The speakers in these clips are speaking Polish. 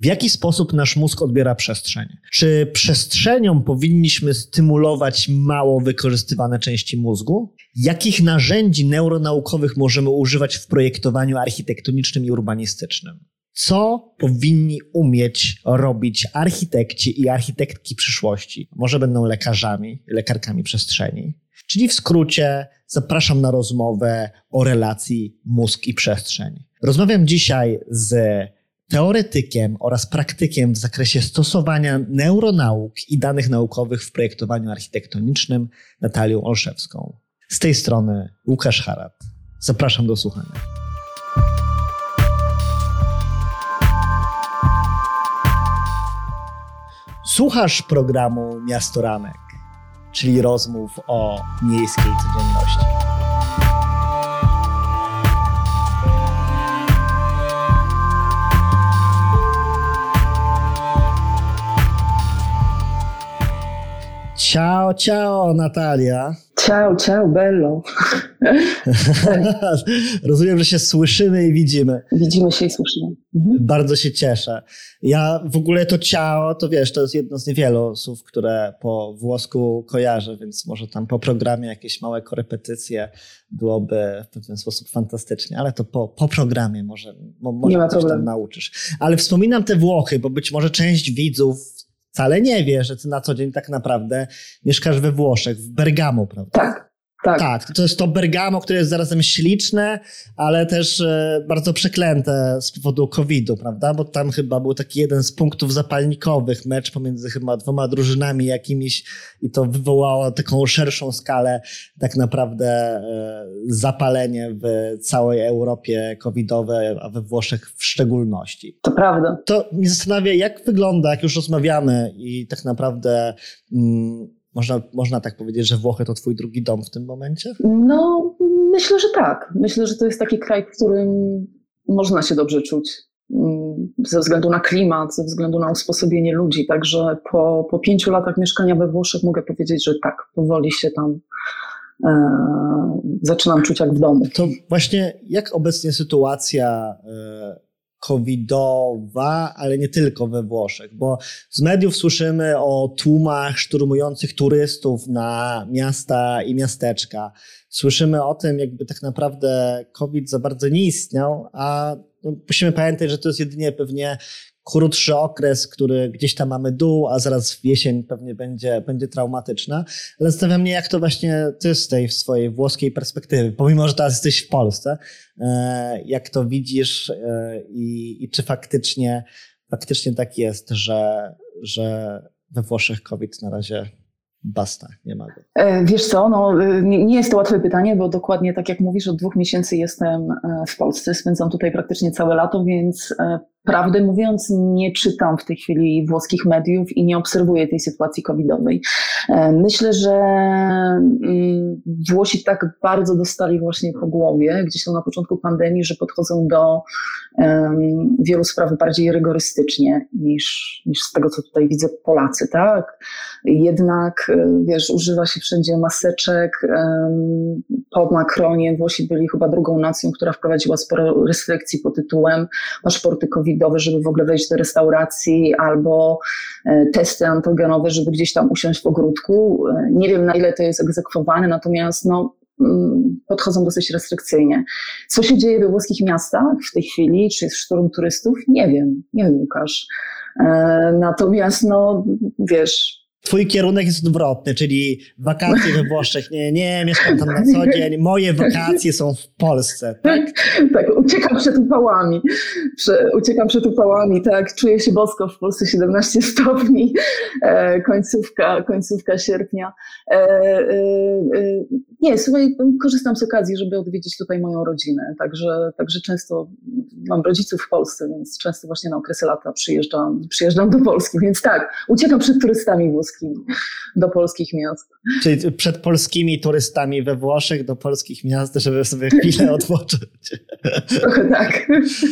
W jaki sposób nasz mózg odbiera przestrzeń? Czy przestrzenią powinniśmy stymulować mało wykorzystywane części mózgu? Jakich narzędzi neuronaukowych możemy używać w projektowaniu architektonicznym i urbanistycznym? Co powinni umieć robić architekci i architektki przyszłości? Może będą lekarzami, lekarkami przestrzeni? Czyli w skrócie zapraszam na rozmowę o relacji mózg i przestrzeń. Rozmawiam dzisiaj z teoretykiem oraz praktykiem w zakresie stosowania neuronauk i danych naukowych w projektowaniu architektonicznym Natalią Olszewską. Z tej strony Łukasz Harat. Zapraszam do słuchania. Słuchasz programu Miasto Ranek, czyli rozmów o miejskiej codzienności. Ciao, ciao Natalia. Ciao, ciao Bello. Rozumiem, że się słyszymy i widzimy. Widzimy się i słyszymy. Bardzo się cieszę. Ja w ogóle to ciao, to wiesz, to jest jedno z niewielu słów, które po włosku kojarzę, więc może tam po programie jakieś małe korepetycje byłoby w pewien sposób fantastycznie, ale to po programie może coś tam nauczysz. Ale wspominam te Włochy, bo być może część widzów wcale nie wie, że ty na co dzień tak naprawdę mieszkasz we Włoszech, w Bergamo, prawda? Tak. To jest to Bergamo, które jest zarazem śliczne, ale też bardzo przeklęte z powodu COVID-u, prawda? Bo tam chyba był taki jeden z punktów zapalnikowych, mecz pomiędzy chyba dwoma drużynami jakimiś i to wywołało taką szerszą skalę tak naprawdę zapalenie w całej Europie covidowe, a we Włoszech w szczególności. To prawda. To mnie zastanawia, jak wygląda, jak już rozmawiamy i tak naprawdę można tak powiedzieć, że Włochy to twój drugi dom w tym momencie? No, myślę, że tak. Myślę, że to jest taki kraj, w którym można się dobrze czuć. Ze względu na klimat, ze względu na usposobienie ludzi. Także po 5 latach mieszkania we Włoszech mogę powiedzieć, że tak, powoli się tam zaczynam czuć jak w domu. To właśnie jak obecnie sytuacja covidowa, ale nie tylko we Włoszech, bo z mediów słyszymy o tłumach szturmujących turystów na miasta i miasteczka. Słyszymy o tym, jakby tak naprawdę COVID za bardzo nie istniał, a musimy pamiętać, że to jest jedynie pewnie krótszy okres, który gdzieś tam mamy dół, a zaraz jesień pewnie będzie traumatyczna. Ale zastanawia mnie, jak to właśnie ty z tej swojej włoskiej perspektywy, pomimo że teraz jesteś w Polsce, jak to widzisz i czy faktycznie tak jest, że we Włoszech COVID na razie basta, nie ma go. Wiesz co, nie jest to łatwe pytanie, bo dokładnie tak jak mówisz, od 2 miesięcy jestem w Polsce, spędzam tutaj praktycznie całe lato, więc prawdę mówiąc nie czytam w tej chwili włoskich mediów i nie obserwuję tej sytuacji covidowej. Myślę, że Włosi tak bardzo dostali właśnie po głowie, gdzieś tam na początku pandemii, że podchodzą do wielu spraw bardziej rygorystycznie niż z tego, co tutaj widzę Polacy, tak? Jednak, wiesz, używa się wszędzie maseczek. Po Macronie Włosi byli chyba drugą nacją, która wprowadziła sporo restrykcji pod tytułem paszporty covidowe, żeby w ogóle wejść do restauracji, albo testy antygenowe, żeby gdzieś tam usiąść w ogródku. Nie wiem, na ile to jest egzekwowane, natomiast podchodzą dosyć restrykcyjnie. Co się dzieje we włoskich miastach w tej chwili? Czy jest szturm turystów? Nie wiem, Łukasz. Natomiast, wiesz... Twój kierunek jest odwrotny, czyli wakacje we Włoszech. Nie, mieszkam tam na co dzień. Moje wakacje są w Polsce, tak? Tak, uciekam przed upałami, tak. Czuję się bosko, w Polsce 17 stopni, końcówka sierpnia. Nie, słuchaj, korzystam z okazji, żeby odwiedzić tutaj moją rodzinę, także często mam rodziców w Polsce, więc często właśnie na okresy lata przyjeżdżam do Polski, więc tak, uciekam przed turystami włoskimi. do polskich miast. Czyli przed polskimi turystami we Włoszech do polskich miast, żeby sobie chwilę odpocząć. Trochę tak.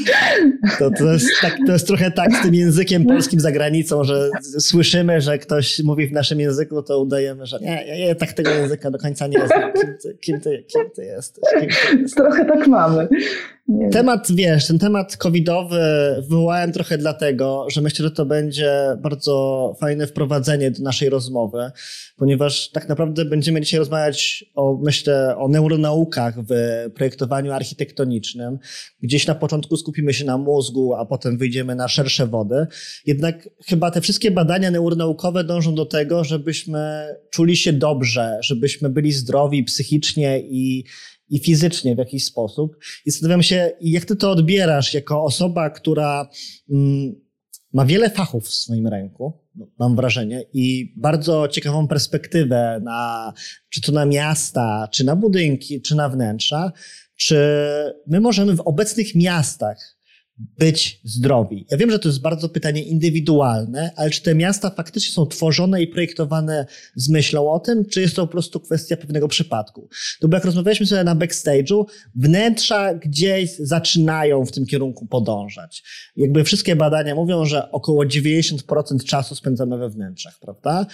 To jest trochę tak z tym językiem polskim za granicą, że słyszymy, że ktoś mówi w naszym języku, to udajemy, że ja tak tego języka do końca nie znam. Kim ty jesteś? Trochę tak mamy. Ten temat covidowy wywołałem trochę dlatego, że myślę, że to będzie bardzo fajne wprowadzenie do naszej rozmowy, ponieważ tak naprawdę będziemy dzisiaj rozmawiać o neuronaukach w projektowaniu architektonicznym. Gdzieś na początku skupimy się na mózgu, a potem wyjdziemy na szersze wody. Jednak chyba te wszystkie badania neuronaukowe dążą do tego, żebyśmy czuli się dobrze, żebyśmy byli zdrowi psychicznie i fizycznie w jakiś sposób. I zastanawiam się, jak ty to odbierasz jako osoba, która ma wiele fachów w swoim ręku, mam wrażenie, i bardzo ciekawą perspektywę czy to na miasta, czy na budynki, czy na wnętrza. Czy my możemy w obecnych miastach być zdrowi? Ja wiem, że to jest bardzo pytanie indywidualne, ale czy te miasta faktycznie są tworzone i projektowane z myślą o tym, czy jest to po prostu kwestia pewnego przypadku? No bo jak rozmawialiśmy sobie na backstage'u, wnętrza gdzieś zaczynają w tym kierunku podążać. Jakby wszystkie badania mówią, że około 90% czasu spędzamy we wnętrzach, prawda?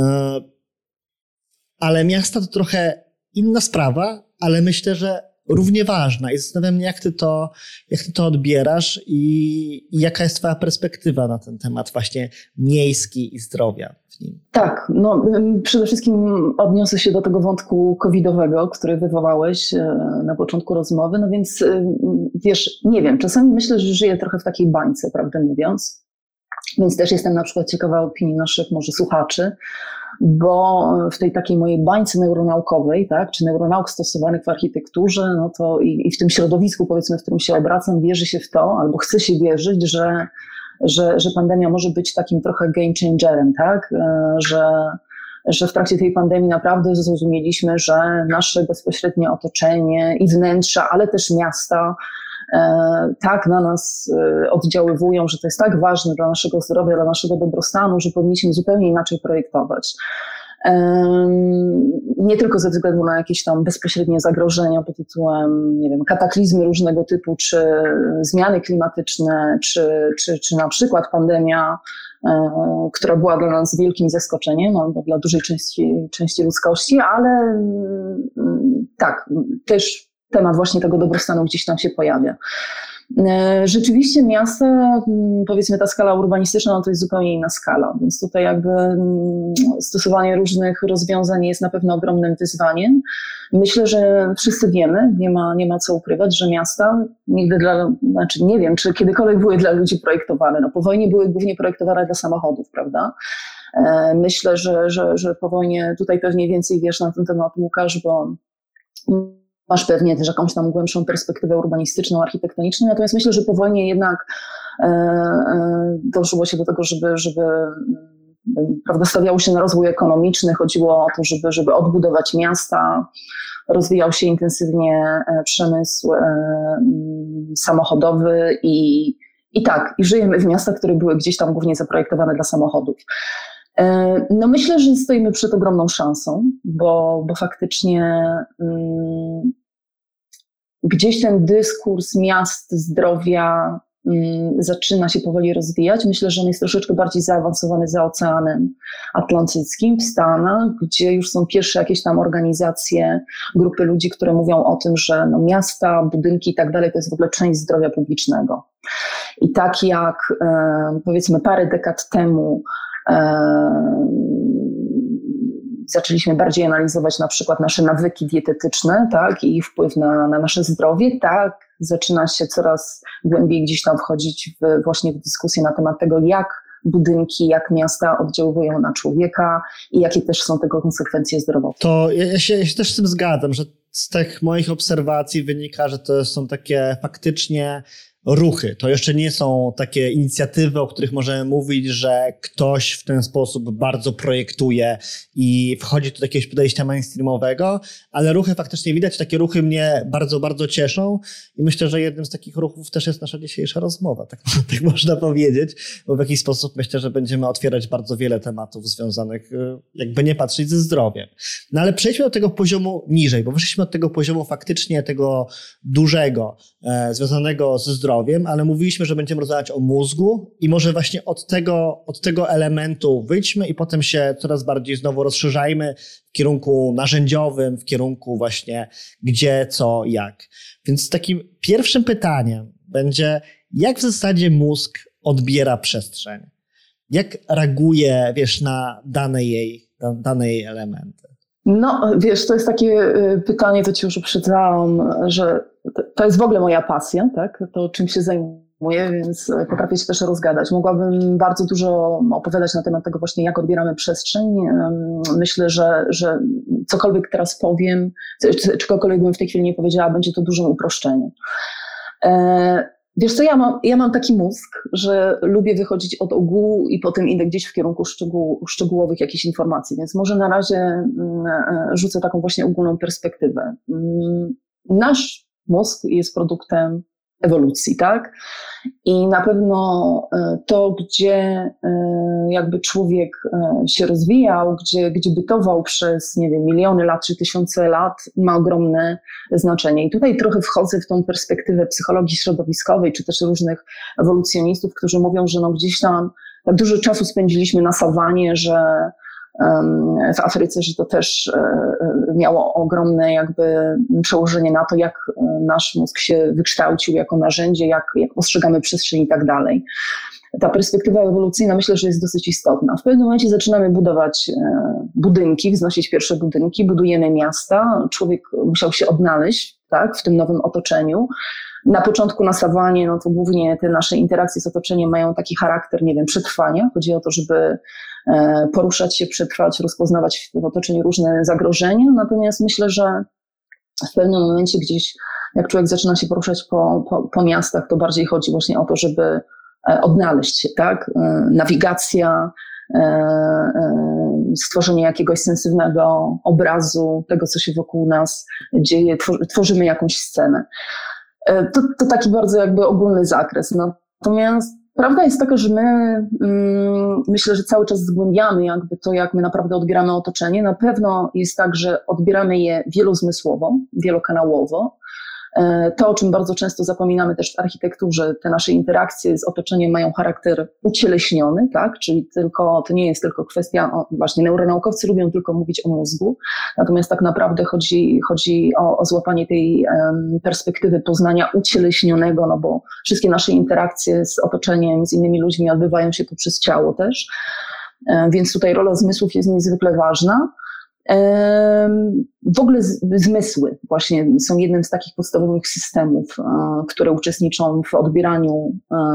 Ale miasta to trochę inna sprawa, ale myślę, że równie ważna. I zastanawiam mnie, jak ty to odbierasz i jaka jest twoja perspektywa na ten temat właśnie miejski i zdrowia w nim. Tak, przede wszystkim odniosę się do tego wątku covidowego, który wywołałeś na początku rozmowy. No więc wiesz, nie wiem, czasami myślę, że żyję trochę w takiej bańce, prawdę mówiąc. Więc też jestem na przykład ciekawa opinii naszych może słuchaczy, bo w tej takiej mojej bańce neuronaukowej, tak, czy neuronauk stosowanych w architekturze, no to i w tym środowisku, powiedzmy, w którym się obracam, wierzy się w to, albo chce się wierzyć, że pandemia może być takim trochę game changerem, tak, że w trakcie tej pandemii naprawdę zrozumieliśmy, że nasze bezpośrednie otoczenie i wnętrza, ale też miasta tak na nas oddziaływują, że to jest tak ważne dla naszego zdrowia, dla naszego dobrostanu, że powinniśmy zupełnie inaczej projektować. Nie tylko ze względu na jakieś tam bezpośrednie zagrożenia pod tytułem, nie wiem, kataklizmy różnego typu, czy zmiany klimatyczne, czy na przykład pandemia, która była dla nas wielkim zaskoczeniem, albo dla dużej części ludzkości, ale tak, też temat właśnie tego dobrostanu gdzieś tam się pojawia. Rzeczywiście miasta, powiedzmy ta skala urbanistyczna, no to jest zupełnie inna skala, więc tutaj jakby stosowanie różnych rozwiązań jest na pewno ogromnym wyzwaniem. Myślę, że wszyscy wiemy, nie ma co ukrywać, że miasta nigdy nie wiem, czy kiedykolwiek były dla ludzi projektowane. No po wojnie były głównie projektowane dla samochodów, prawda? Myślę, że po wojnie tutaj pewnie więcej wiesz na ten temat, Łukasz, bo masz pewnie też jakąś tam głębszą perspektywę urbanistyczną, architektoniczną, natomiast myślę, że po wojnie jednak dążyło się do tego, żeby prawda, stawiało się na rozwój ekonomiczny, chodziło o to, żeby odbudować miasta, rozwijał się intensywnie przemysł samochodowy i żyjemy w miastach, które były gdzieś tam głównie zaprojektowane dla samochodów. No myślę, że stoimy przed ogromną szansą, bo faktycznie gdzieś ten dyskurs miast, zdrowia zaczyna się powoli rozwijać. Myślę, że on jest troszeczkę bardziej zaawansowany za Oceanem Atlantyckim w Stanach, gdzie już są pierwsze jakieś tam organizacje, grupy ludzi, które mówią o tym, że no miasta, budynki i tak dalej to jest w ogóle część zdrowia publicznego. I tak jak powiedzmy parę dekad temu zaczęliśmy bardziej analizować na przykład nasze nawyki dietetyczne, tak, i ich wpływ na nasze zdrowie, tak, zaczyna się coraz głębiej gdzieś tam wchodzić właśnie w dyskusję na temat tego, jak budynki, jak miasta oddziałują na człowieka i jakie też są tego konsekwencje zdrowotne. To ja się też z tym zgadzam, że z tych moich obserwacji wynika, że to są takie faktycznie ruchy. To jeszcze nie są takie inicjatywy, o których możemy mówić, że ktoś w ten sposób bardzo projektuje i wchodzi do jakiegoś podejścia mainstreamowego, ale ruchy faktycznie widać. Takie ruchy mnie bardzo, bardzo cieszą i myślę, że jednym z takich ruchów też jest nasza dzisiejsza rozmowa, tak można powiedzieć, bo w jakiś sposób myślę, że będziemy otwierać bardzo wiele tematów związanych, jakby nie patrzeć, ze zdrowiem. No ale przejdźmy do tego poziomu niżej, bo wyszliśmy od tego poziomu faktycznie tego dużego, związanego ze zdrowiem, ale mówiliśmy, że będziemy rozmawiać o mózgu i może właśnie od tego elementu wyjdźmy i potem się coraz bardziej znowu rozszerzajmy w kierunku narzędziowym, w kierunku właśnie gdzie, co, jak. Więc takim pierwszym pytaniem będzie, jak w zasadzie mózg odbiera przestrzeń? Jak reaguje, na dane jej elementy? No, to jest takie pytanie, to ci już uprzedzałam, że to jest w ogóle moja pasja, tak? To czym się zajmuję, więc potrafię się też rozgadać. Mogłabym bardzo dużo opowiadać na temat tego właśnie, jak odbieramy przestrzeń. Myślę, że cokolwiek teraz powiem, czegokolwiek bym w tej chwili nie powiedziała, będzie to dużym uproszczeniem. Wiesz co, ja mam taki mózg, że lubię wychodzić od ogółu i potem idę gdzieś w kierunku szczegółowych jakichś informacji, więc może na razie rzucę taką właśnie ogólną perspektywę. Nasz mózg jest produktem ewolucji, tak? I na pewno to, gdzie jakby człowiek się rozwijał, gdzie bytował przez, nie wiem, miliony lat czy tysiące lat, ma ogromne znaczenie. I tutaj trochę wchodzę w tą perspektywę psychologii środowiskowej, czy też różnych ewolucjonistów, którzy mówią, że gdzieś tam tak dużo czasu spędziliśmy na sawanie, że w Afryce, że to też miało ogromne jakby przełożenie na to, jak nasz mózg się wykształcił jako narzędzie, jak postrzegamy przestrzeń i tak dalej. Ta perspektywa ewolucyjna myślę, że jest dosyć istotna. W pewnym momencie zaczynamy budować budynki, wznosić pierwsze budynki, budujemy miasta. Człowiek musiał się odnaleźć, tak, w tym nowym otoczeniu. Na początku na sawanie, to głównie te nasze interakcje z otoczeniem mają taki charakter, nie wiem, przetrwania. Chodzi o to, żeby poruszać się, przetrwać, rozpoznawać w otoczeniu różne zagrożenia. Natomiast myślę, że w pewnym momencie gdzieś, jak człowiek zaczyna się poruszać po miastach, to bardziej chodzi właśnie o to, żeby odnaleźć się, tak? Nawigacja, stworzenie jakiegoś sensownego obrazu tego, co się wokół nas dzieje, tworzymy jakąś scenę. To taki bardzo jakby ogólny zakres. Natomiast prawda jest taka, że my myślę, że cały czas zgłębiamy jakby to, jak my naprawdę odbieramy otoczenie. Na pewno jest tak, że odbieramy je wielozmysłowo, wielokanałowo. To, o czym bardzo często zapominamy też w architekturze, te nasze interakcje z otoczeniem mają charakter ucieleśniony, tak? Czyli to nie jest tylko kwestia, właśnie neuronaukowcy lubią tylko mówić o mózgu, natomiast tak naprawdę chodzi o złapanie tej perspektywy poznania ucieleśnionego, bo wszystkie nasze interakcje z otoczeniem, z innymi ludźmi odbywają się poprzez ciało też, więc tutaj rola zmysłów jest niezwykle ważna. W ogóle zmysły właśnie są jednym z takich podstawowych systemów, które uczestniczą w odbieraniu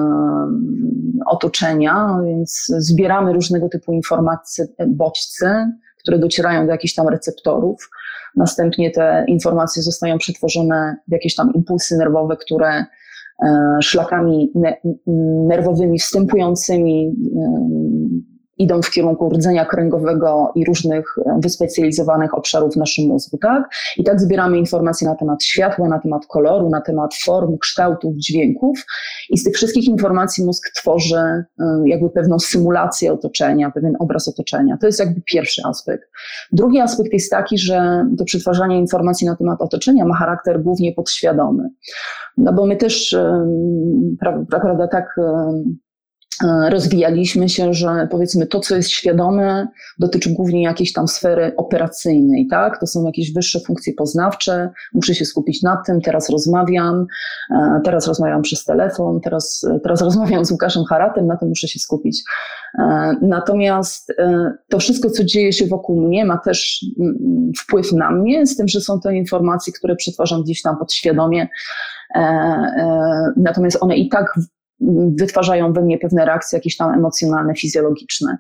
otoczenia, więc zbieramy różnego typu informacje, bodźce, które docierają do jakichś tam receptorów. Następnie te informacje zostają przetworzone w jakieś tam impulsy nerwowe, które szlakami nerwowymi wstępującymi idą w kierunku rdzenia kręgowego i różnych wyspecjalizowanych obszarów w naszym mózgu, tak? I tak zbieramy informacje na temat światła, na temat koloru, na temat form, kształtów, dźwięków i z tych wszystkich informacji mózg tworzy jakby pewną symulację otoczenia, pewien obraz otoczenia. To jest jakby pierwszy aspekt. Drugi aspekt jest taki, że to przetwarzanie informacji na temat otoczenia ma charakter głównie podświadomy. Bo my też, prawda, tak rozwijaliśmy się, że powiedzmy to, co jest świadome, dotyczy głównie jakiejś tam sfery operacyjnej, tak? To są jakieś wyższe funkcje poznawcze, muszę się skupić nad tym, teraz rozmawiam przez telefon, teraz rozmawiam z Łukaszem Haratem, na tym muszę się skupić. Natomiast to wszystko, co dzieje się wokół mnie, ma też wpływ na mnie, z tym, że są to informacje, które przetwarzam gdzieś tam podświadomie, natomiast one i tak wytwarzają we mnie pewne reakcje jakieś tam emocjonalne, fizjologiczne.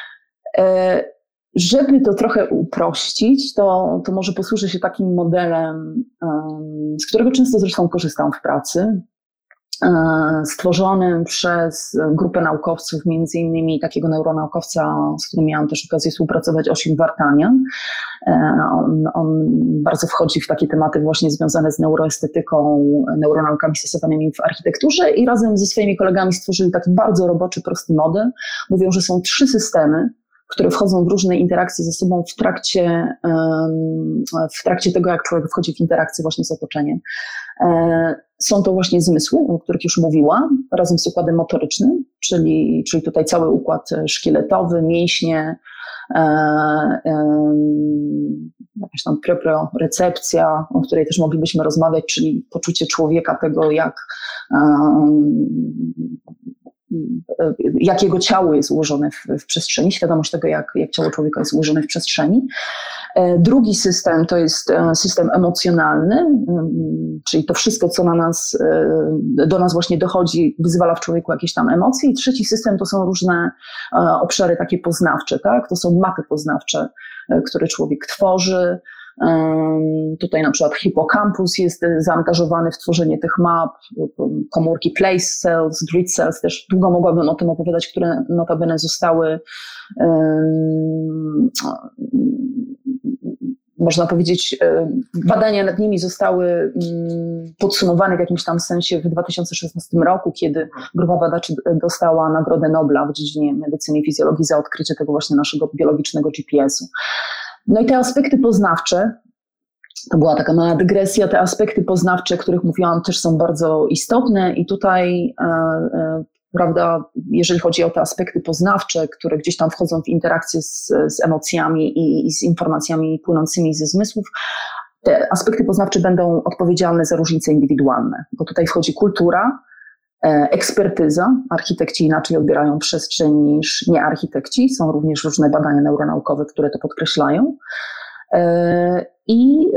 Żeby to trochę uprościć, to może posłużę się takim modelem, z którego często zresztą korzystam w pracy. stworzonym przez grupę naukowców, między innymi takiego neuronaukowca, z którym miałam też okazję współpracować, Osim Vartanian. On bardzo wchodzi w takie tematy właśnie związane z neuroestetyką, neuronaukami stosowanymi w architekturze i razem ze swoimi kolegami stworzyli taki bardzo roboczy, prosty model. Mówią, że są 3 systemy, które wchodzą w różne interakcje ze sobą w trakcie tego, jak człowiek wchodzi w interakcję właśnie z otoczeniem. Są to właśnie zmysły, o których już mówiłam, razem z układem motorycznym, czyli tutaj cały układ szkieletowy, mięśnie, jakaś tam propriorecepcja, o której też moglibyśmy rozmawiać, czyli poczucie człowieka tego, jak jego ciało jest ułożone w przestrzeni, świadomość tego, jak ciało człowieka jest ułożone w przestrzeni. Drugi system to jest system emocjonalny, czyli to wszystko, co do nas właśnie dochodzi, wyzwala w człowieku jakieś tam emocje. I trzeci system to są różne obszary takie poznawcze, tak? To są mapy poznawcze, które człowiek tworzy. Tutaj na przykład hipokampus jest zaangażowany w tworzenie tych map, komórki place cells, grid cells, też długo mogłabym o tym opowiadać, które notabene zostały można powiedzieć, badania nad nimi zostały podsumowane w jakimś tam sensie w 2016 roku, kiedy grupa badaczy dostała Nagrodę Nobla w dziedzinie medycyny i fizjologii za odkrycie tego właśnie naszego biologicznego GPS-u. No i te aspekty poznawcze, to była taka mała dygresja, te aspekty poznawcze, o których mówiłam, też są bardzo istotne i tutaj, prawda, jeżeli chodzi o te aspekty poznawcze, które gdzieś tam wchodzą w interakcję z emocjami i z informacjami płynącymi ze zmysłów, te aspekty poznawcze będą odpowiedzialne za różnice indywidualne, bo tutaj wchodzi kultura, ekspertyza. Architekci inaczej odbierają przestrzeń niż niearchitekci. Są również różne badania neuronaukowe, które to podkreślają. I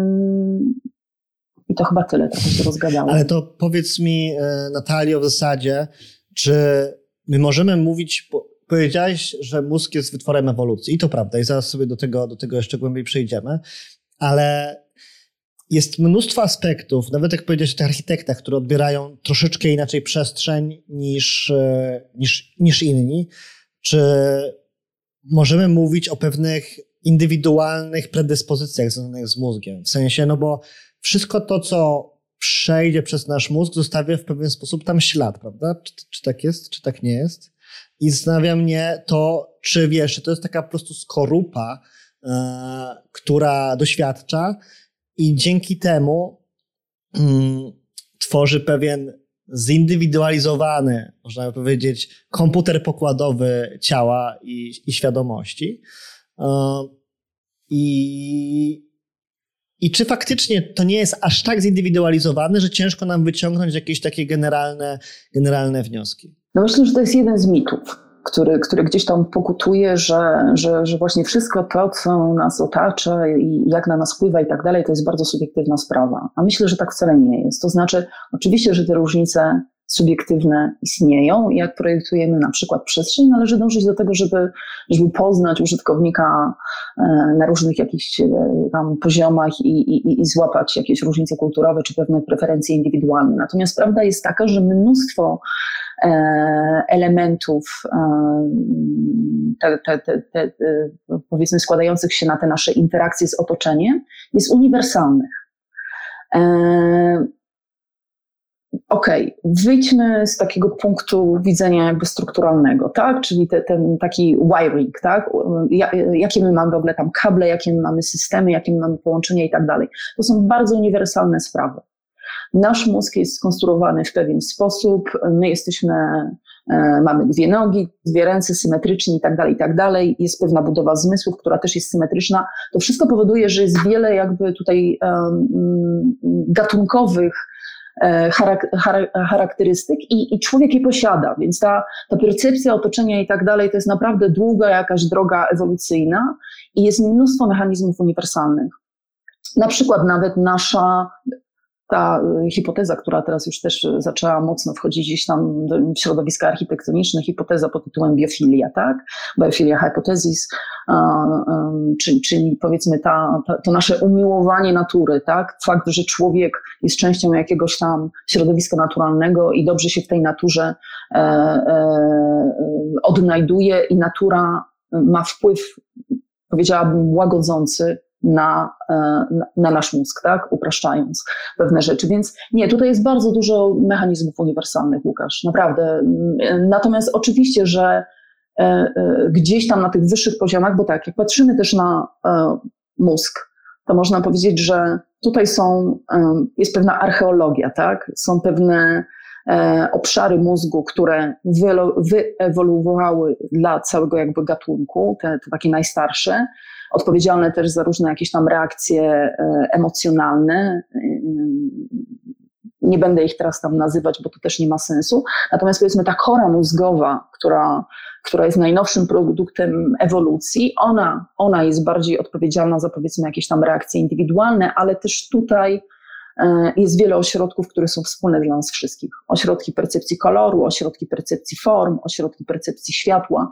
to chyba tyle, trochę się rozgadałam. Ale to powiedz mi, Natalio, w zasadzie, czy my możemy mówić, powiedziałaś, że mózg jest wytworem ewolucji i to prawda i zaraz sobie do tego jeszcze głębiej przejdziemy, ale jest mnóstwo aspektów, nawet jak powiedziałeś o tych architektach, które odbierają troszeczkę inaczej przestrzeń niż inni. Czy możemy mówić o pewnych indywidualnych predyspozycjach związanych z mózgiem? W sensie, no bo wszystko to, co przejdzie przez nasz mózg, zostawia w pewien sposób tam ślad, prawda? Czy tak jest, czy tak nie jest? I zastanawia mnie to, czy wiesz, czy to jest taka po prostu skorupa, która doświadcza i dzięki temu tworzy pewien zindywidualizowany, można by powiedzieć, komputer pokładowy ciała i świadomości. I czy faktycznie to nie jest aż tak zindywidualizowane, że ciężko nam wyciągnąć jakieś takie generalne wnioski? No myślę, że to jest jeden z mitów, który gdzieś tam pokutuje, że właśnie wszystko to, co nas otacza i jak na nas wpływa i tak dalej, to jest bardzo subiektywna sprawa. A myślę, że tak wcale nie jest. To znaczy, oczywiście, że te różnice subiektywne istnieją i jak projektujemy na przykład przestrzeń, należy dążyć do tego, żeby poznać użytkownika na różnych jakichś tam poziomach i złapać jakieś różnice kulturowe czy pewne preferencje indywidualne. Natomiast prawda jest taka, że mnóstwo elementów powiedzmy składających się na te nasze interakcje z otoczeniem jest uniwersalnych. Okej, wyjdźmy z takiego punktu widzenia jakby strukturalnego, tak? Czyli ten taki wiring, tak? Jakie my mamy w ogóle tam kable, jakie my mamy systemy, jakie my mamy połączenia i tak dalej. To są bardzo uniwersalne sprawy. Nasz mózg jest skonstruowany w pewien sposób, my mamy 2 nogi, 2 ręce symetryczne i tak dalej. Jest pewna budowa zmysłów, która też jest symetryczna. To wszystko powoduje, że jest wiele jakby tutaj gatunkowych charakterystyk i człowiek je posiada, więc ta percepcja otoczenia i tak dalej to jest naprawdę długa jakaś droga ewolucyjna i jest mnóstwo mechanizmów uniwersalnych. Na przykład nawet nasza ta hipoteza, która teraz już też zaczęła mocno wchodzić gdzieś tam do środowiska architektoniczne, hipoteza pod tytułem biofilia, tak? Biofilia hypothesis, czyli powiedzmy to nasze umiłowanie natury, tak? Fakt, że człowiek jest częścią jakiegoś tam środowiska naturalnego i dobrze się w tej naturze odnajduje i natura ma wpływ, powiedziałabym, łagodzący na nasz mózg, tak? Upraszczając pewne rzeczy. Więc nie, tutaj jest bardzo dużo mechanizmów uniwersalnych, Łukasz, naprawdę. Natomiast oczywiście, że gdzieś tam na tych wyższych poziomach, bo tak, jak patrzymy też na mózg, to można powiedzieć, że tutaj jest pewna archeologia, tak? Są pewne obszary mózgu, które wyewoluowały dla całego jakby gatunku, te takie najstarsze, odpowiedzialne też za różne jakieś tam reakcje emocjonalne. Nie będę ich teraz tam nazywać, bo to też nie ma sensu. Natomiast powiedzmy ta kora mózgowa, która jest najnowszym produktem ewolucji, ona jest bardziej odpowiedzialna za powiedzmy jakieś tam reakcje indywidualne, ale też tutaj jest wiele ośrodków, które są wspólne dla nas wszystkich. Ośrodki percepcji koloru, ośrodki percepcji form, ośrodki percepcji światła,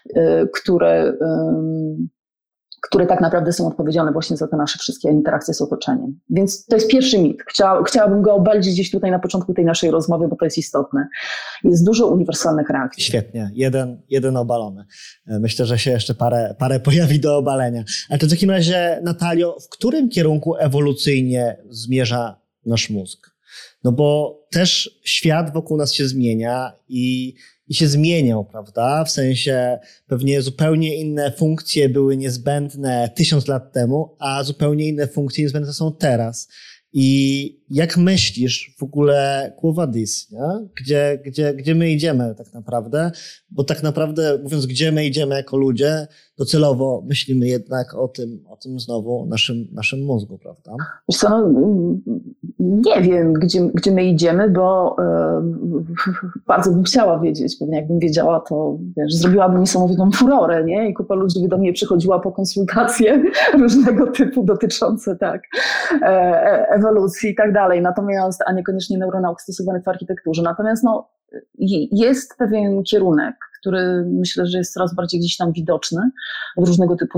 które tak naprawdę są odpowiedzialne właśnie za te nasze wszystkie interakcje z otoczeniem. Więc to jest pierwszy mit. Chciałabym go obalić gdzieś tutaj na początku tej naszej rozmowy, bo to jest istotne. Jest dużo uniwersalnych reakcji. Świetnie. Jeden obalony. Myślę, że się jeszcze parę pojawi do obalenia. Ale to w takim razie, Natalio, w którym kierunku ewolucyjnie zmierza nasz mózg? No bo też świat wokół nas się zmienia i się zmieniał, prawda? W sensie pewnie zupełnie inne funkcje były niezbędne 1000 lat temu, a zupełnie inne funkcje niezbędne są teraz. I jak myślisz w ogóle Quo Vadis, nie? Gdzie my idziemy tak naprawdę? Bo tak naprawdę mówiąc, gdzie my idziemy jako ludzie, docelowo myślimy jednak o tym znowu naszym mózgu, prawda? Wiesz co, no, nie wiem, gdzie my idziemy, bo bardzo bym chciała wiedzieć. Pewnie jakbym wiedziała, to wiesz, zrobiłabym niesamowitą furorę, nie? I kupa ludzi by do mnie przychodziła po konsultacje różnego typu dotyczące tak, ewolucji i tak dalej. Natomiast, a niekoniecznie neuronauk stosowanych w architekturze. Natomiast no, jest pewien kierunek, który myślę, że jest coraz bardziej gdzieś tam widoczny w różnego typu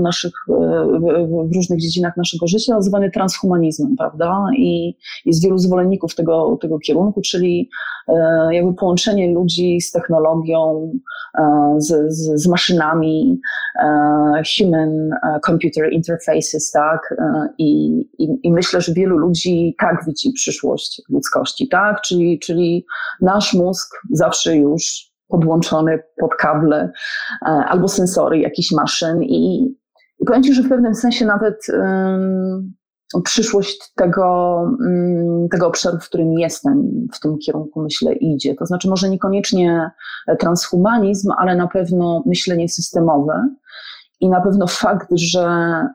w różnych dziedzinach naszego życia, nazywany transhumanizmem, prawda? I jest wielu zwolenników tego kierunku, czyli jakby połączenie ludzi z technologią, z maszynami, human-computer interfaces, tak? I myślę, że wielu ludzi tak widzi przyszłość ludzkości, tak? Czyli nasz mózg zawsze już podłączony pod kable albo sensory jakichś maszyn i powiem Ci, że w pewnym sensie nawet przyszłość tego obszaru, w którym jestem, w tym kierunku myślę idzie. To znaczy może niekoniecznie transhumanizm, ale na pewno myślenie systemowe i na pewno fakt, że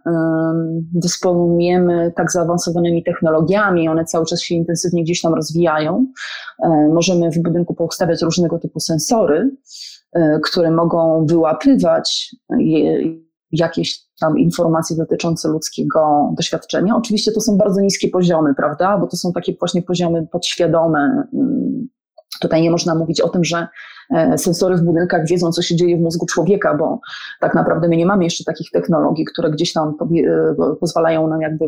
dysponujemy tak zaawansowanymi technologiami, one cały czas się intensywnie gdzieś tam rozwijają. Możemy w budynku poustawiać różnego typu sensory, które mogą wyłapywać jakieś tam informacje dotyczące ludzkiego doświadczenia. Oczywiście to są bardzo niskie poziomy, prawda? Bo to są takie właśnie poziomy podświadome. Tutaj nie można mówić o tym, że sensory w budynkach wiedzą, co się dzieje w mózgu człowieka, bo tak naprawdę my nie mamy jeszcze takich technologii, które gdzieś tam pozwalają nam jakby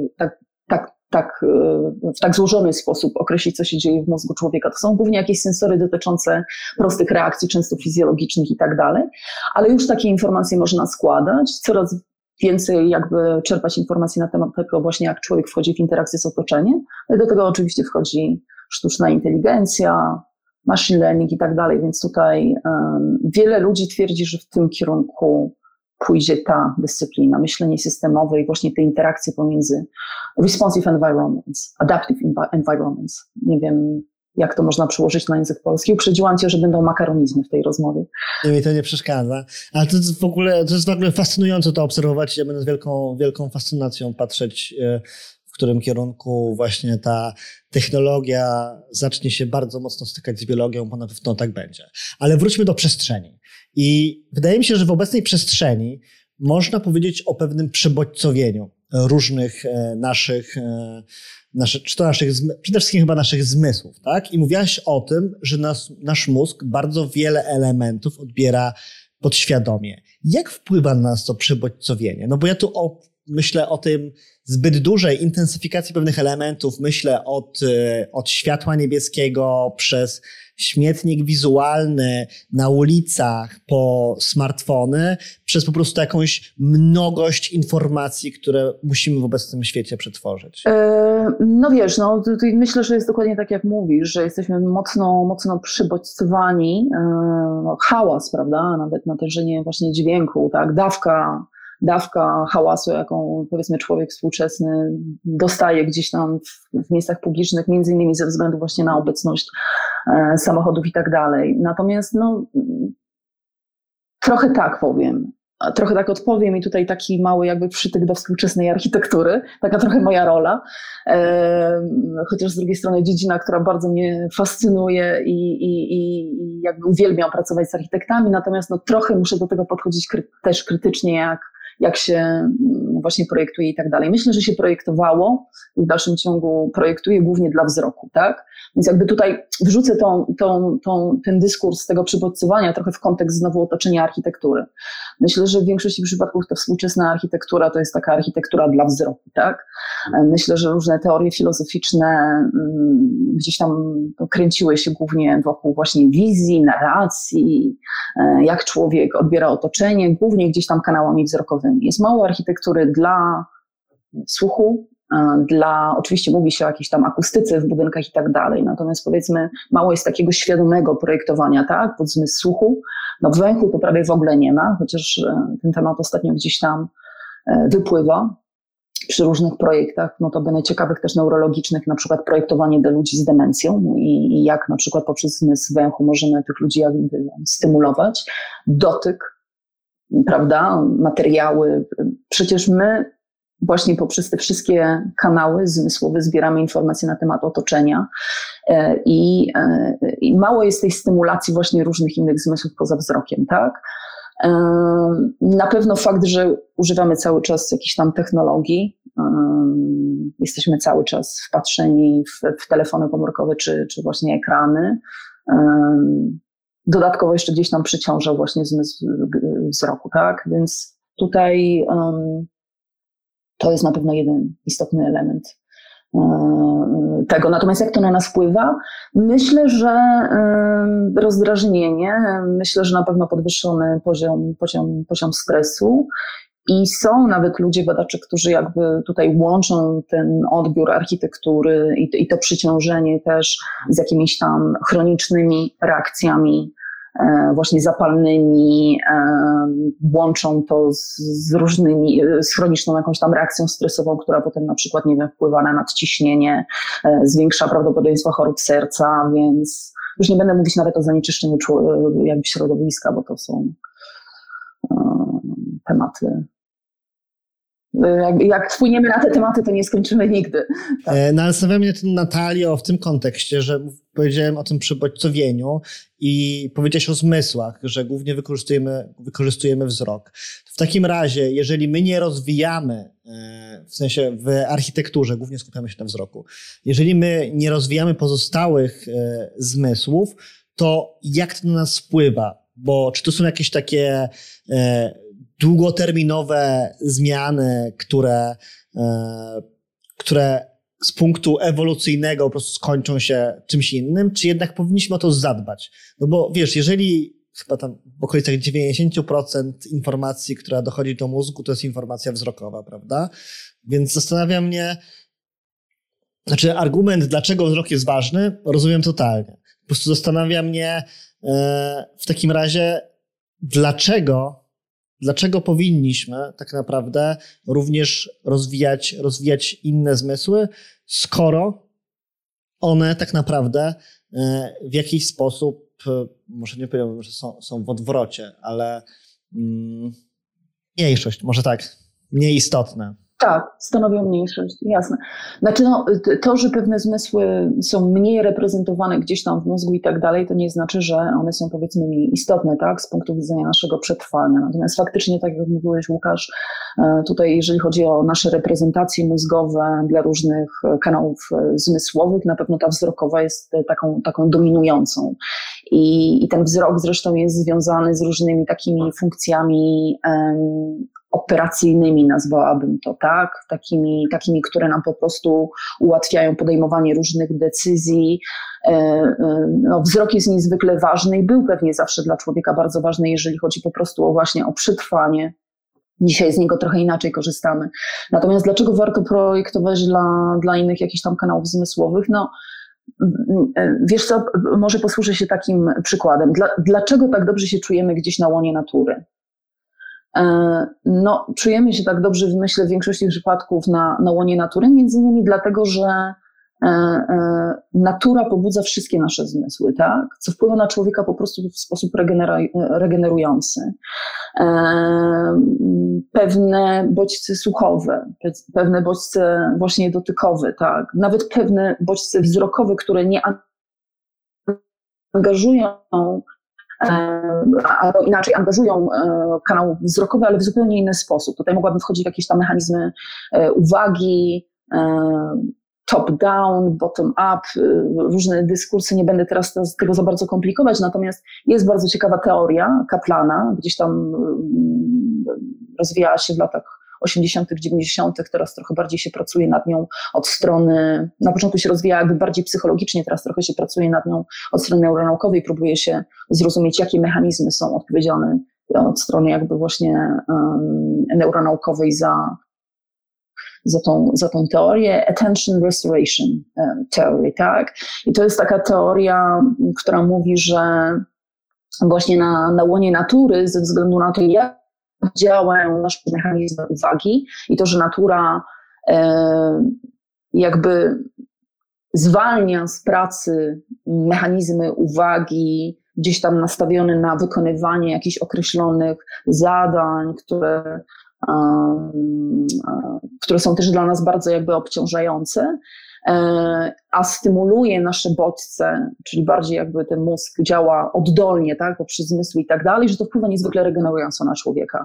w tak złożony sposób określić, co się dzieje w mózgu człowieka. To są głównie jakieś sensory dotyczące prostych reakcji, często fizjologicznych i tak dalej, ale już takie informacje można składać, coraz więcej jakby czerpać informacji na temat tego właśnie, jak człowiek wchodzi w interakcję z otoczeniem. No i do tego oczywiście wchodzi sztuczna inteligencja, machine learning i tak dalej, więc tutaj wiele ludzi twierdzi, że w tym kierunku pójdzie ta dyscyplina, myślenie systemowe i właśnie te interakcje pomiędzy responsive environments, adaptive environments. Nie wiem, jak to można przełożyć na język polski. Uprzedziłam Cię, że będą makaronizmy w tej rozmowie. Mi to nie przeszkadza, ale to jest w ogóle fascynujące to obserwować. Ja będę z wielką fascynacją patrzeć, w którym kierunku właśnie ta technologia zacznie się bardzo mocno stykać z biologią, bo na pewno tak będzie. Ale wróćmy do przestrzeni. I wydaje mi się, że w obecnej przestrzeni można powiedzieć o pewnym przebodźcowieniu. różnych przede wszystkim chyba naszych zmysłów, tak? I mówiłaś o tym, że nasz mózg bardzo wiele elementów odbiera podświadomie. Jak wpływa na nas to przebodźcowienie? No bo ja tu myślę o tym zbyt dużej intensyfikacji pewnych elementów, myślę od światła niebieskiego przez śmietnik wizualny na ulicach po smartfony, przez po prostu jakąś mnogość informacji, które musimy w obecnym świecie przetworzyć. No wiesz, myślę, że jest dokładnie tak, jak mówisz, że jesteśmy mocno przybodźcowani. Hałas, prawda, nawet natężenie właśnie dźwięku, tak, dawka hałasu, jaką powiedzmy człowiek współczesny dostaje gdzieś tam w miejscach publicznych, między innymi ze względu właśnie na obecność samochodów i tak dalej. Natomiast trochę tak odpowiem i tutaj taki mały jakby przytyk do współczesnej architektury, taka trochę moja rola, chociaż z drugiej strony dziedzina, która bardzo mnie fascynuje i jakby uwielbiam pracować z architektami, natomiast trochę muszę do tego podchodzić też krytycznie, jak się właśnie projektuje i tak dalej. Myślę, że się projektowało i w dalszym ciągu projektuje głównie dla wzroku, tak? Więc jakby tutaj wrzucę ten dyskurs tego przybodźcowania trochę w kontekst znowu otoczenia architektury. Myślę, że w większości przypadków ta współczesna architektura to jest taka architektura dla wzroku, tak? Myślę, że różne teorie filozoficzne gdzieś tam kręciły się głównie wokół właśnie wizji, narracji, jak człowiek odbiera otoczenie, głównie gdzieś tam kanałami wzrokowymi. Jest mało architektury dla słuchu, oczywiście mówi się o jakiejś tam akustyce w budynkach i tak dalej, natomiast powiedzmy mało jest takiego świadomego projektowania, tak, pod zmysł słuchu. Węchu to prawie w ogóle nie ma, chociaż ten temat ostatnio gdzieś tam wypływa przy różnych projektach, notabene ciekawych też neurologicznych, na przykład projektowanie dla ludzi z demencją i jak na przykład poprzez zmysł węchu możemy tych ludzi jakby stymulować. Dotyk, prawda, materiały. Przecież my właśnie poprzez te wszystkie kanały zmysłowe zbieramy informacje na temat otoczenia i mało jest tej stymulacji właśnie różnych innych zmysłów poza wzrokiem, tak? Na pewno fakt, że używamy cały czas jakichś tam technologii, jesteśmy cały czas wpatrzeni w telefony komórkowe czy właśnie ekrany. Dodatkowo jeszcze gdzieś tam przeciąża właśnie zmysł wzroku, tak? Więc tutaj to jest na pewno jeden istotny element tego. Natomiast jak to na nas wpływa? Myślę, że rozdrażnienie, myślę, że na pewno podwyższony poziom stresu i są nawet ludzie, badacze, którzy jakby tutaj łączą ten odbiór architektury i to przyciążenie też z jakimiś tam chronicznymi reakcjami właśnie zapalnymi, łączą to z chroniczną jakąś tam reakcją stresową, która potem na przykład, nie wiem, wpływa na nadciśnienie, zwiększa prawdopodobieństwo chorób serca, więc już nie będę mówić nawet o zanieczyszczeniu jakby środowiska, bo to są tematy. Jak wpłyniemy na te tematy, to nie skończymy nigdy. Tak. No ale zastanawiam mnie, Natalio, w tym kontekście, że powiedziałem o tym przebodźcowieniu i powiedziałeś o zmysłach, że głównie wykorzystujemy wzrok. W takim razie, jeżeli my nie rozwijamy, w sensie w architekturze, głównie skupiamy się na wzroku, jeżeli my nie rozwijamy pozostałych zmysłów, to jak to na nas wpływa? Bo czy to są jakieś takie długoterminowe zmiany, które z punktu ewolucyjnego po prostu skończą się czymś innym, czy jednak powinniśmy o to zadbać? No bo wiesz, jeżeli chyba tam w okolicach 90% informacji, która dochodzi do mózgu, to jest informacja wzrokowa, prawda? Więc zastanawia mnie, argument, dlaczego wzrok jest ważny, rozumiem totalnie. Po prostu zastanawia mnie w takim razie, dlaczego powinniśmy tak naprawdę również rozwijać inne zmysły, skoro one tak naprawdę w jakiś sposób, może nie powiem, że są w odwrocie, ale mniejszość, może tak, mniej istotne. Tak, stanowią mniejszość, jasne. Znaczy to, że pewne zmysły są mniej reprezentowane gdzieś tam w mózgu i tak dalej, to nie znaczy, że one są powiedzmy mniej istotne, tak, z punktu widzenia naszego przetrwania. Natomiast faktycznie, tak jak mówiłeś, Łukasz, tutaj jeżeli chodzi o nasze reprezentacje mózgowe dla różnych kanałów zmysłowych, na pewno ta wzrokowa jest taką dominującą. I ten wzrok zresztą jest związany z różnymi takimi funkcjami operacyjnymi, nazwałabym to, tak? Takimi, które nam po prostu ułatwiają podejmowanie różnych decyzji. Wzrok jest niezwykle ważny i był pewnie zawsze dla człowieka bardzo ważny, jeżeli chodzi po prostu właśnie o przetrwanie. Dzisiaj z niego trochę inaczej korzystamy. Natomiast dlaczego warto projektować dla innych jakichś tam kanałów zmysłowych? Wiesz co, może posłużę się takim przykładem. Dlaczego tak dobrze się czujemy gdzieś na łonie natury? Czujemy się tak dobrze, myślę, w większości przypadków na łonie natury, między innymi dlatego, że natura pobudza wszystkie nasze zmysły, tak? Co wpływa na człowieka po prostu w sposób regenerujący. Pewne bodźce słuchowe, pewne bodźce właśnie dotykowe, tak? Nawet pewne bodźce wzrokowe, które nie angażują albo inaczej angażują kanał wzrokowy, ale w zupełnie inny sposób. Tutaj mogłabym wchodzić w jakieś tam mechanizmy uwagi, top-down, bottom-up, różne dyskursy, nie będę teraz tego za bardzo komplikować, natomiast jest bardzo ciekawa teoria Kaplana, gdzieś tam rozwijała się w latach 80., 90., teraz trochę bardziej się pracuje nad nią od strony, na początku się rozwijała jakby bardziej psychologicznie, teraz trochę się pracuje nad nią od strony neuronaukowej, próbuje się zrozumieć, jakie mechanizmy są odpowiedzialne od strony jakby właśnie neuronaukowej za tą teorię, attention restoration theory, tak? I to jest taka teoria, która mówi, że właśnie na łonie natury, ze względu na to, jak działają nasze mechanizmy uwagi i to, że natura jakby zwalnia z pracy mechanizmy uwagi gdzieś tam nastawione na wykonywanie jakichś określonych zadań, które są też dla nas bardzo jakby obciążające, a stymuluje nasze bodźce, czyli bardziej jakby ten mózg działa oddolnie, tak, poprzez zmysły i tak dalej, że to wpływa niezwykle regenerująco na człowieka.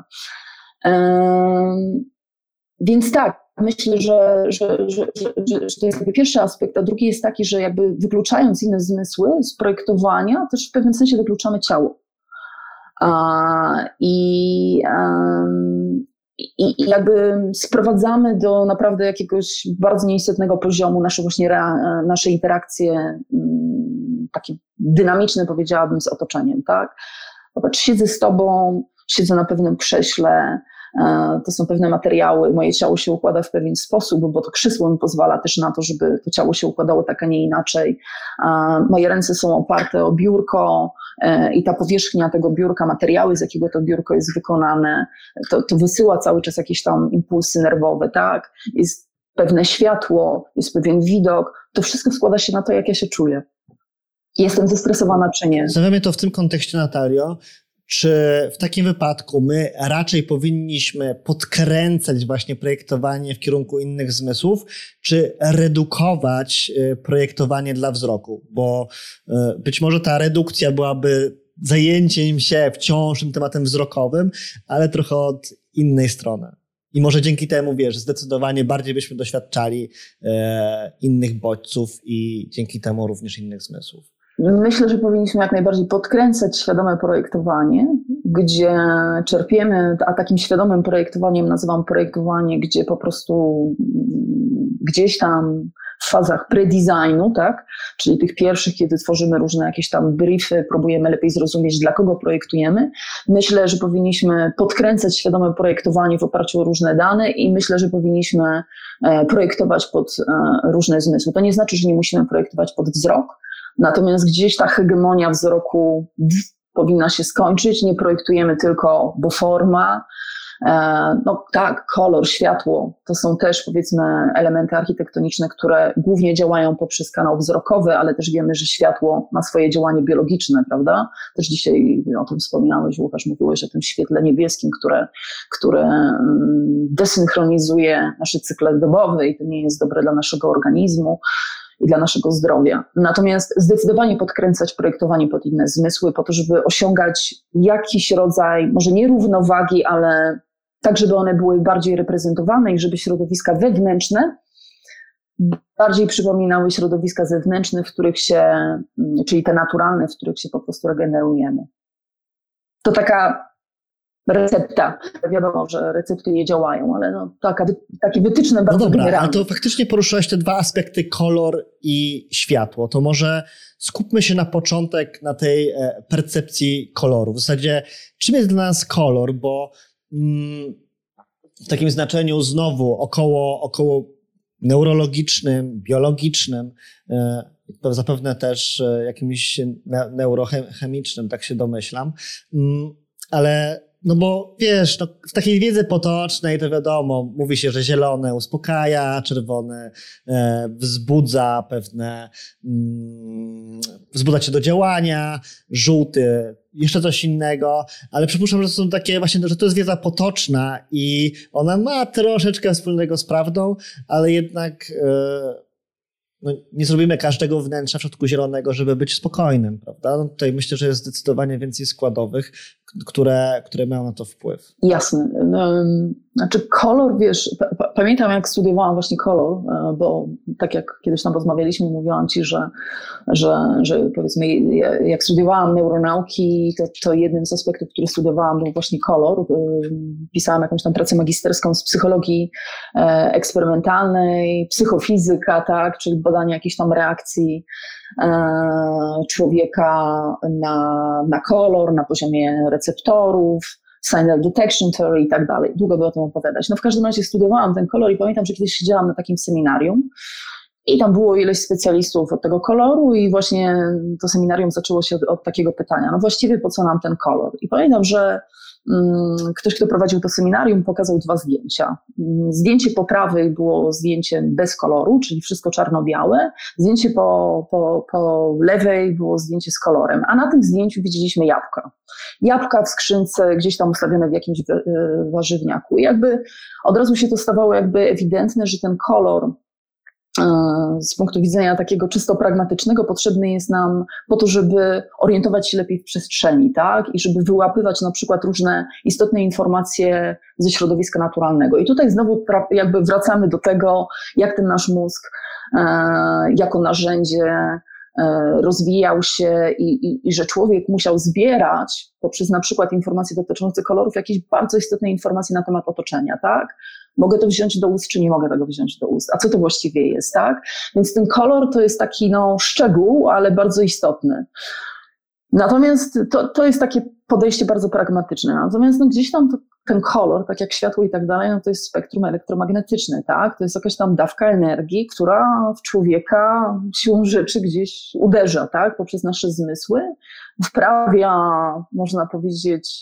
Więc tak, myślę, że to jest jakby pierwszy aspekt, a drugi jest taki, że jakby wykluczając inne zmysły z projektowania, też w pewnym sensie wykluczamy ciało. I jakby sprowadzamy do naprawdę jakiegoś bardzo nieistotnego poziomu nasze interakcje takie dynamiczne, powiedziałabym, z otoczeniem, tak? Popatrz, siedzę z tobą, siedzę na pewnym krześle, to są pewne materiały, moje ciało się układa w pewien sposób, bo to krzesło mi pozwala też na to, żeby to ciało się układało tak, a nie inaczej. Moje ręce są oparte o biurko i ta powierzchnia tego biurka, materiały, z jakiego to biurko jest wykonane, to wysyła cały czas jakieś tam impulsy nerwowe, tak? Jest pewne światło, jest pewien widok, to wszystko składa się na to, jak ja się czuję. Jestem zestresowana czy nie. Zastanawiam to w tym kontekście, Natalio, czy w takim wypadku my raczej powinniśmy podkręcać właśnie projektowanie w kierunku innych zmysłów, czy redukować projektowanie dla wzroku? Bo być może ta redukcja byłaby zajęciem się wciąż tym tematem wzrokowym, ale trochę od innej strony. I może dzięki temu, wiesz, zdecydowanie bardziej byśmy doświadczali innych bodźców i dzięki temu również innych zmysłów. Myślę, że powinniśmy jak najbardziej podkręcać świadome projektowanie, gdzie czerpiemy, a takim świadomym projektowaniem nazywam projektowanie, gdzie po prostu gdzieś tam w fazach pre-designu, tak? Czyli tych pierwszych, kiedy tworzymy różne jakieś tam briefy, próbujemy lepiej zrozumieć, dla kogo projektujemy. Myślę, że powinniśmy podkręcać świadome projektowanie w oparciu o różne dane i myślę, że powinniśmy projektować pod różne zmysły. To nie znaczy, że nie musimy projektować pod wzrok, natomiast gdzieś ta hegemonia wzroku powinna się skończyć. Nie projektujemy tylko, bo forma, No tak, kolor, światło, to są też powiedzmy elementy architektoniczne, które głównie działają poprzez kanał wzrokowy, ale też wiemy, że światło ma swoje działanie biologiczne, prawda? Też dzisiaj o tym wspominałeś, Łukasz, mówiłeś o tym świetle niebieskim, które desynchronizuje nasze cykle dobowe i to nie jest dobre dla naszego organizmu i dla naszego zdrowia. Natomiast zdecydowanie podkręcać projektowanie pod inne zmysły po to, żeby osiągać jakiś rodzaj, może nie równowagi, ale tak, żeby one były bardziej reprezentowane i żeby środowiska wewnętrzne bardziej przypominały środowiska zewnętrzne, w których się, czyli te naturalne, w których się po prostu regenerujemy. To taka recepta. Wiadomo, że recepty nie działają, ale no, takie wytyczne bardzo generalne. No dobra, ale to faktycznie poruszyłeś te dwa aspekty, kolor i światło. To może skupmy się na początek na tej percepcji koloru. W zasadzie czym jest dla nas kolor, bo w takim znaczeniu znowu około neurologicznym, biologicznym, zapewne też jakimś neurochemicznym, tak się domyślam, ale no bo wiesz, no, w takiej wiedzy potocznej to wiadomo, mówi się, że zielone uspokaja, czerwone wzbudza pewne, wzbudza cię do działania, żółty jeszcze coś innego, ale przypuszczam, że to są takie właśnie, że to jest wiedza potoczna i ona ma troszeczkę wspólnego z prawdą, ale jednak no, nie zrobimy każdego wnętrza w środku zielonego, żeby być spokojnym, prawda? No tutaj myślę, że jest zdecydowanie więcej składowych, które mają na to wpływ. Jasne. Znaczy kolor, wiesz, pamiętam jak studiowałam właśnie kolor, bo tak jak kiedyś tam rozmawialiśmy, mówiłam ci, że powiedzmy jak studiowałam neuronauki, to jednym z aspektów, który studiowałam, był właśnie kolor. Pisałam jakąś tam pracę magisterską z psychologii eksperymentalnej, psychofizyka, tak, czyli badanie jakichś tam reakcji człowieka na kolor, na poziomie receptorów, signal detection theory i tak dalej. Długo by o tym opowiadać. No w każdym razie studiowałam ten kolor i pamiętam, że kiedyś siedziałam na takim seminarium i tam było ileś specjalistów od tego koloru i właśnie to seminarium zaczęło się od takiego pytania. No właściwie po co nam ten kolor? I pamiętam, że ktoś, kto prowadził to seminarium, pokazał dwa zdjęcia. Zdjęcie po prawej było zdjęciem bez koloru, czyli wszystko czarno-białe. Zdjęcie po lewej było zdjęcie z kolorem, a na tym zdjęciu widzieliśmy jabłka. Jabłka w skrzynce, gdzieś tam ustawione w jakimś warzywniaku. I jakby od razu się to stawało jakby ewidentne, że ten kolor z punktu widzenia takiego czysto pragmatycznego potrzebny jest nam po to, żeby orientować się lepiej w przestrzeni, tak? I żeby wyłapywać na przykład różne istotne informacje ze środowiska naturalnego. I tutaj znowu jakby wracamy do tego, jak ten nasz mózg jako narzędzie rozwijał się i że człowiek musiał zbierać poprzez na przykład informacje dotyczące kolorów jakieś bardzo istotne informacje na temat otoczenia, tak? Mogę to wziąć do ust, czy nie mogę tego wziąć do ust? A co to właściwie jest, tak? Więc ten kolor to jest taki szczegół, ale bardzo istotny. Natomiast to jest takie podejście bardzo pragmatyczne. Natomiast gdzieś tam ten kolor, tak jak światło i tak dalej, to jest spektrum elektromagnetyczne, tak? To jest jakaś tam dawka energii, która w człowieka siłą rzeczy gdzieś uderza, tak? Poprzez nasze zmysły, wprawia, można powiedzieć,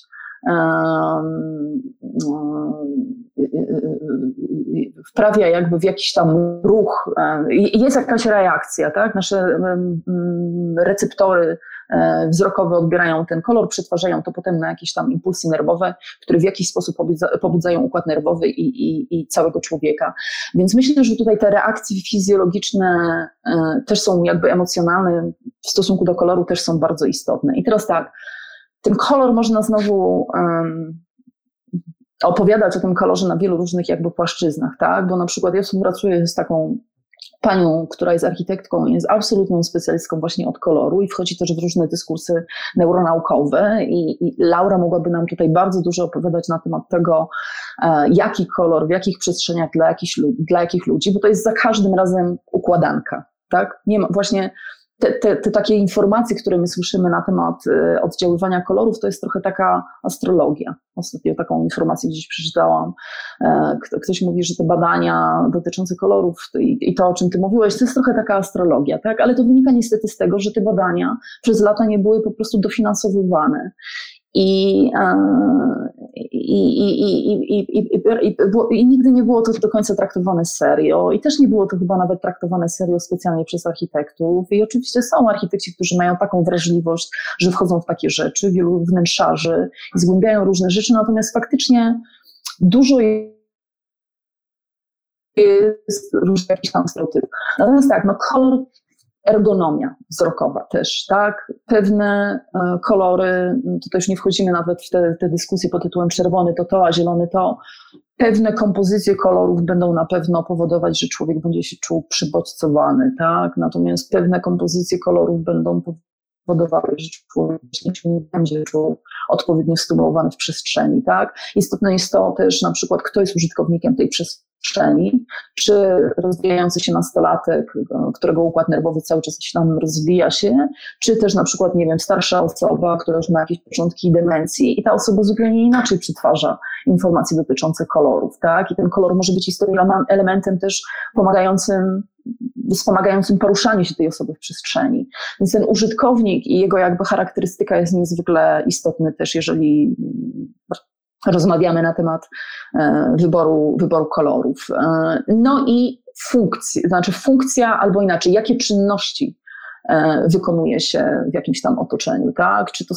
wprawia jakby w jakiś tam ruch, jest jakaś reakcja, tak? Nasze receptory wzrokowe odbierają ten kolor, przetwarzają to potem na jakieś tam impulsy nerwowe, które w jakiś sposób pobudzają układ nerwowy i całego człowieka. Więc myślę, że tutaj te reakcje fizjologiczne też są jakby emocjonalne w stosunku do koloru, też są bardzo istotne. I teraz tak, ten kolor można znowu opowiadać o tym kolorze na wielu różnych jakby płaszczyznach, tak? Bo na przykład ja współpracuję z taką panią, która jest architektką, jest absolutną specjalistką właśnie od koloru i wchodzi też w różne dyskursy neuronaukowe i Laura mogłaby nam tutaj bardzo dużo opowiadać na temat tego, jaki kolor, w jakich przestrzeniach, dla jakich ludzi, bo to jest za każdym razem układanka, tak? Nie ma właśnie te takie informacje, które my słyszymy na temat oddziaływania kolorów, to jest trochę taka astrologia. Ostatnio taką informację gdzieś przeczytałam. Ktoś mówi, że te badania dotyczące kolorów i to, o czym ty mówiłeś, to jest trochę taka astrologia, tak? Ale to wynika niestety z tego, że te badania przez lata nie były po prostu dofinansowywane. I I nigdy nie było to do końca traktowane serio i też nie było to chyba nawet traktowane serio specjalnie przez architektów. I oczywiście są architekci, którzy mają taką wrażliwość, że wchodzą w takie rzeczy, wielu wnętrzarzy i zgłębiają różne rzeczy, natomiast faktycznie dużo jest różnych jakichś tam stereotypów. Natomiast tak, kolor, ergonomia wzrokowa też, tak? Pewne kolory, tutaj już nie wchodzimy nawet w te dyskusje pod tytułem czerwony to, a zielony to. Pewne kompozycje kolorów będą na pewno powodować, że człowiek będzie się czuł przybodźcowany, tak? Natomiast pewne kompozycje kolorów będą powodowały, że człowiek się nie będzie czuł odpowiednio stymulowany w przestrzeni, tak? Istotne jest to też na przykład, kto jest użytkownikiem tej przestrzeni, czy rozwijający się nastolatek, którego układ nerwowy cały czas się tam rozwija się, czy też na przykład, nie wiem, starsza osoba, która już ma jakieś początki demencji i ta osoba zupełnie inaczej przetwarza informacje dotyczące kolorów, tak? I ten kolor może być istotnym elementem też wspomagającym poruszanie się tej osoby w przestrzeni. Więc ten użytkownik i jego jakby charakterystyka jest niezwykle istotny też, jeżeli rozmawiamy na temat wyboru kolorów. No i funkcja albo inaczej, jakie czynności wykonuje się w jakimś tam otoczeniu, tak? Czy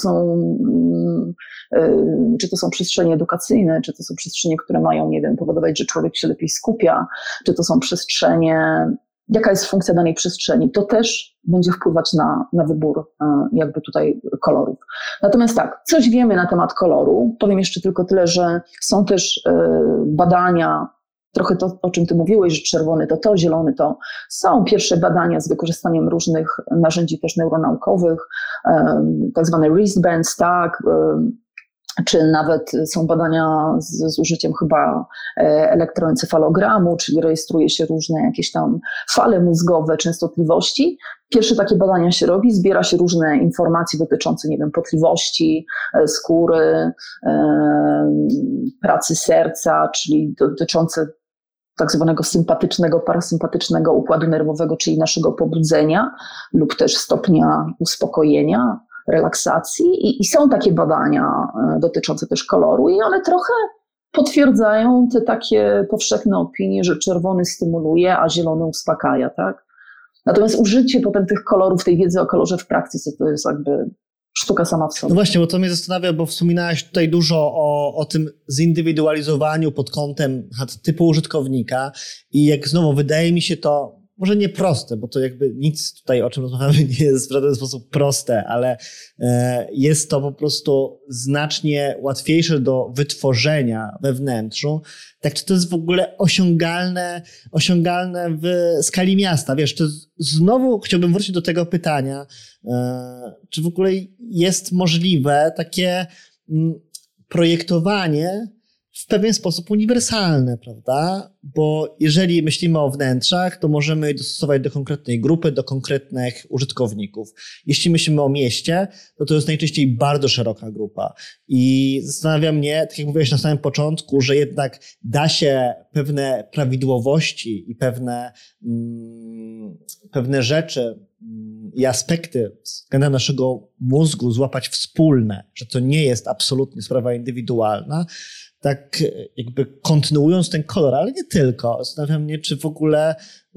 to są przestrzenie edukacyjne, czy to są przestrzenie, które mają, nie wiem, powodować, że człowiek się lepiej skupia, czy to są przestrzenie, jaka jest funkcja danej przestrzeni, to też będzie wpływać na wybór jakby tutaj kolorów. Natomiast tak, coś wiemy na temat koloru. Powiem jeszcze tylko tyle, że są też badania, trochę to, o czym ty mówiłeś, że czerwony to, zielony to. Są pierwsze badania z wykorzystaniem różnych narzędzi też neuronaukowych, tak zwane wristbands, tak, czy nawet są badania z użyciem chyba elektroencefalogramu, czyli rejestruje się różne jakieś tam fale mózgowe, częstotliwości. Pierwsze takie badania się robi, zbiera się różne informacje dotyczące, nie wiem, potliwości skóry, pracy serca, czyli dotyczące tak zwanego sympatycznego, parasympatycznego układu nerwowego, czyli naszego pobudzenia lub też stopnia uspokojenia, relaksacji i są takie badania dotyczące też koloru i one trochę potwierdzają te takie powszechne opinie, że czerwony stymuluje, a zielony uspokaja, tak? Natomiast użycie potem tych kolorów, tej wiedzy o kolorze w praktyce to jest jakby sztuka sama w sobie. No właśnie, bo to mnie zastanawia, bo wspominałaś tutaj dużo o tym zindywidualizowaniu pod kątem typu użytkownika i jak znowu wydaje mi się to może nie proste, bo to jakby nic tutaj, o czym rozmawiamy, nie jest w żaden sposób proste, ale jest to po prostu znacznie łatwiejsze do wytworzenia we wnętrzu. Tak, czy to jest w ogóle osiągalne w skali miasta? Wiesz, to znowu chciałbym wrócić do tego pytania, czy w ogóle jest możliwe takie projektowanie w pewien sposób uniwersalne, prawda? Bo jeżeli myślimy o wnętrzach, to możemy je dostosować do konkretnej grupy, do konkretnych użytkowników. Jeśli myślimy o mieście, to jest najczęściej bardzo szeroka grupa. I zastanawia mnie, tak jak mówiłeś na samym początku, że jednak da się pewne prawidłowości i pewne rzeczy i aspekty względem naszego mózgu złapać wspólne, że to nie jest absolutnie sprawa indywidualna. Tak jakby kontynuując ten kolor, ale nie tylko. Zastanawiam mnie, czy w ogóle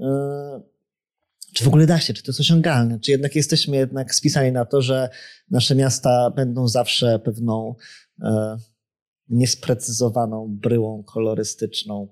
da się, czy to jest osiągalne, czy jednak jesteśmy spisani na to, że nasze miasta będą zawsze pewną niesprecyzowaną bryłą kolorystyczną,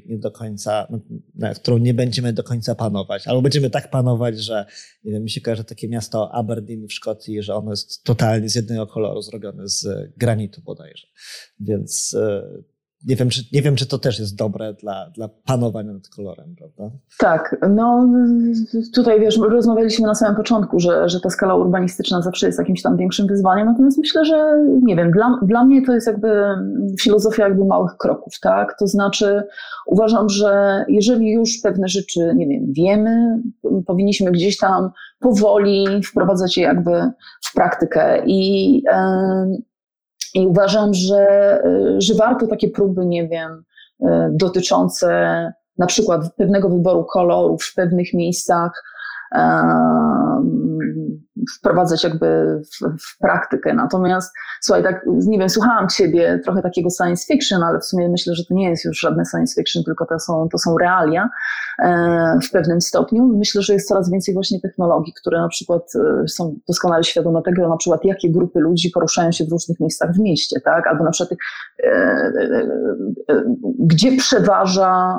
którą nie będziemy do końca panować. Albo będziemy tak panować, że nie wiem, mi się kojarzy takie miasto Aberdeen w Szkocji, że ono jest totalnie z jednego koloru zrobione z granitu bodajże. Więc nie wiem, czy to też jest dobre dla panowania nad kolorem, prawda? Tak, no tutaj wiesz, rozmawialiśmy na samym początku, że ta skala urbanistyczna zawsze jest jakimś tam większym wyzwaniem, natomiast myślę, że nie wiem, dla mnie to jest jakby filozofia jakby małych kroków, tak? To znaczy uważam, że jeżeli już pewne rzeczy, nie wiem, wiemy, powinniśmy gdzieś tam powoli wprowadzać je jakby w praktykę i uważam, że warto takie próby, nie wiem, dotyczące na przykład pewnego wyboru kolorów w pewnych miejscach wprowadzać jakby w praktykę. Natomiast słuchaj, tak, nie wiem, słuchałam ciebie, trochę takiego science fiction, ale w sumie myślę, że to nie jest już żadne science fiction, tylko to są realia w pewnym stopniu. Myślę, że jest coraz więcej właśnie technologii, które na przykład są doskonale świadome tego, na przykład jakie grupy ludzi poruszają się w różnych miejscach w mieście, tak? Albo na przykład gdzie przeważa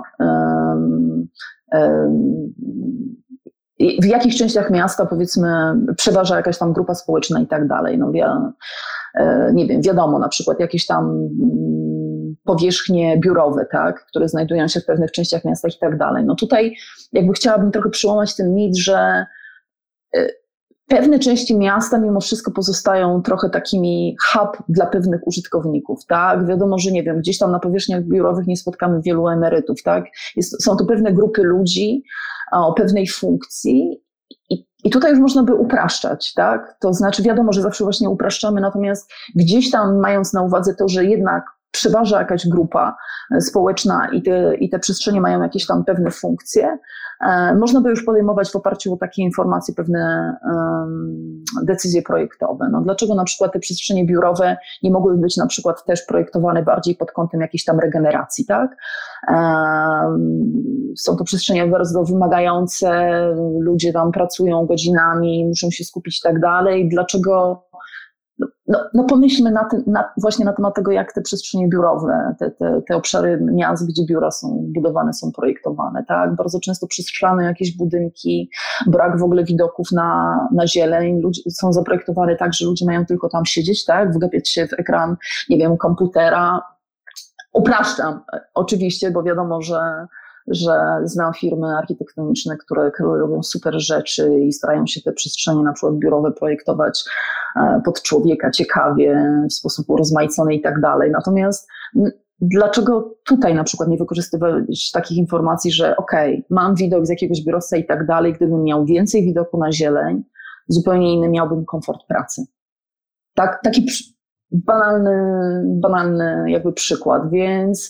w jakich częściach miasta, powiedzmy, przeważa jakaś tam grupa społeczna i tak dalej. No, nie wiem, wiadomo, na przykład jakieś tam powierzchnie biurowe, tak, które znajdują się w pewnych częściach miasta i tak dalej. No tutaj jakby chciałabym trochę przełamać ten mit, że pewne części miasta mimo wszystko pozostają trochę takimi hub dla pewnych użytkowników, tak? Wiadomo, że nie wiem, gdzieś tam na powierzchniach biurowych nie spotkamy wielu emerytów, tak? Są to pewne grupy ludzi o pewnej funkcji i tutaj już można by upraszczać, tak? To znaczy wiadomo, że zawsze właśnie upraszczamy, natomiast gdzieś tam mając na uwadze to, że jednak przeważa jakaś grupa społeczna i te przestrzenie mają jakieś tam pewne funkcje, można by już podejmować w oparciu o takie informacje pewne decyzje projektowe. No, dlaczego na przykład te przestrzenie biurowe nie mogłyby być na przykład też projektowane bardziej pod kątem jakiejś tam regeneracji, tak? Są to przestrzenie bardzo wymagające, ludzie tam pracują godzinami, muszą się skupić i tak dalej. Dlaczego? No pomyślmy właśnie na temat tego, jak te przestrzenie biurowe, te obszary miast, gdzie biura są budowane, są projektowane, tak? Bardzo często przestrzane jakieś budynki, brak w ogóle widoków na zieleń, są zaprojektowane tak, że ludzie mają tylko tam siedzieć, tak? Wgapiać się w ekran, nie wiem, komputera. Upraszczam oczywiście, bo wiadomo, że znam firmy architektoniczne, które robią super rzeczy i starają się te przestrzenie na przykład biurowe projektować pod człowieka ciekawie, w sposób urozmaicony i tak dalej. Natomiast dlaczego tutaj na przykład nie wykorzystywać takich informacji, że mam widok z jakiegoś biurowca i tak dalej, gdybym miał więcej widoku na zieleń, zupełnie inny miałbym komfort pracy. Taki banalny jakby przykład, więc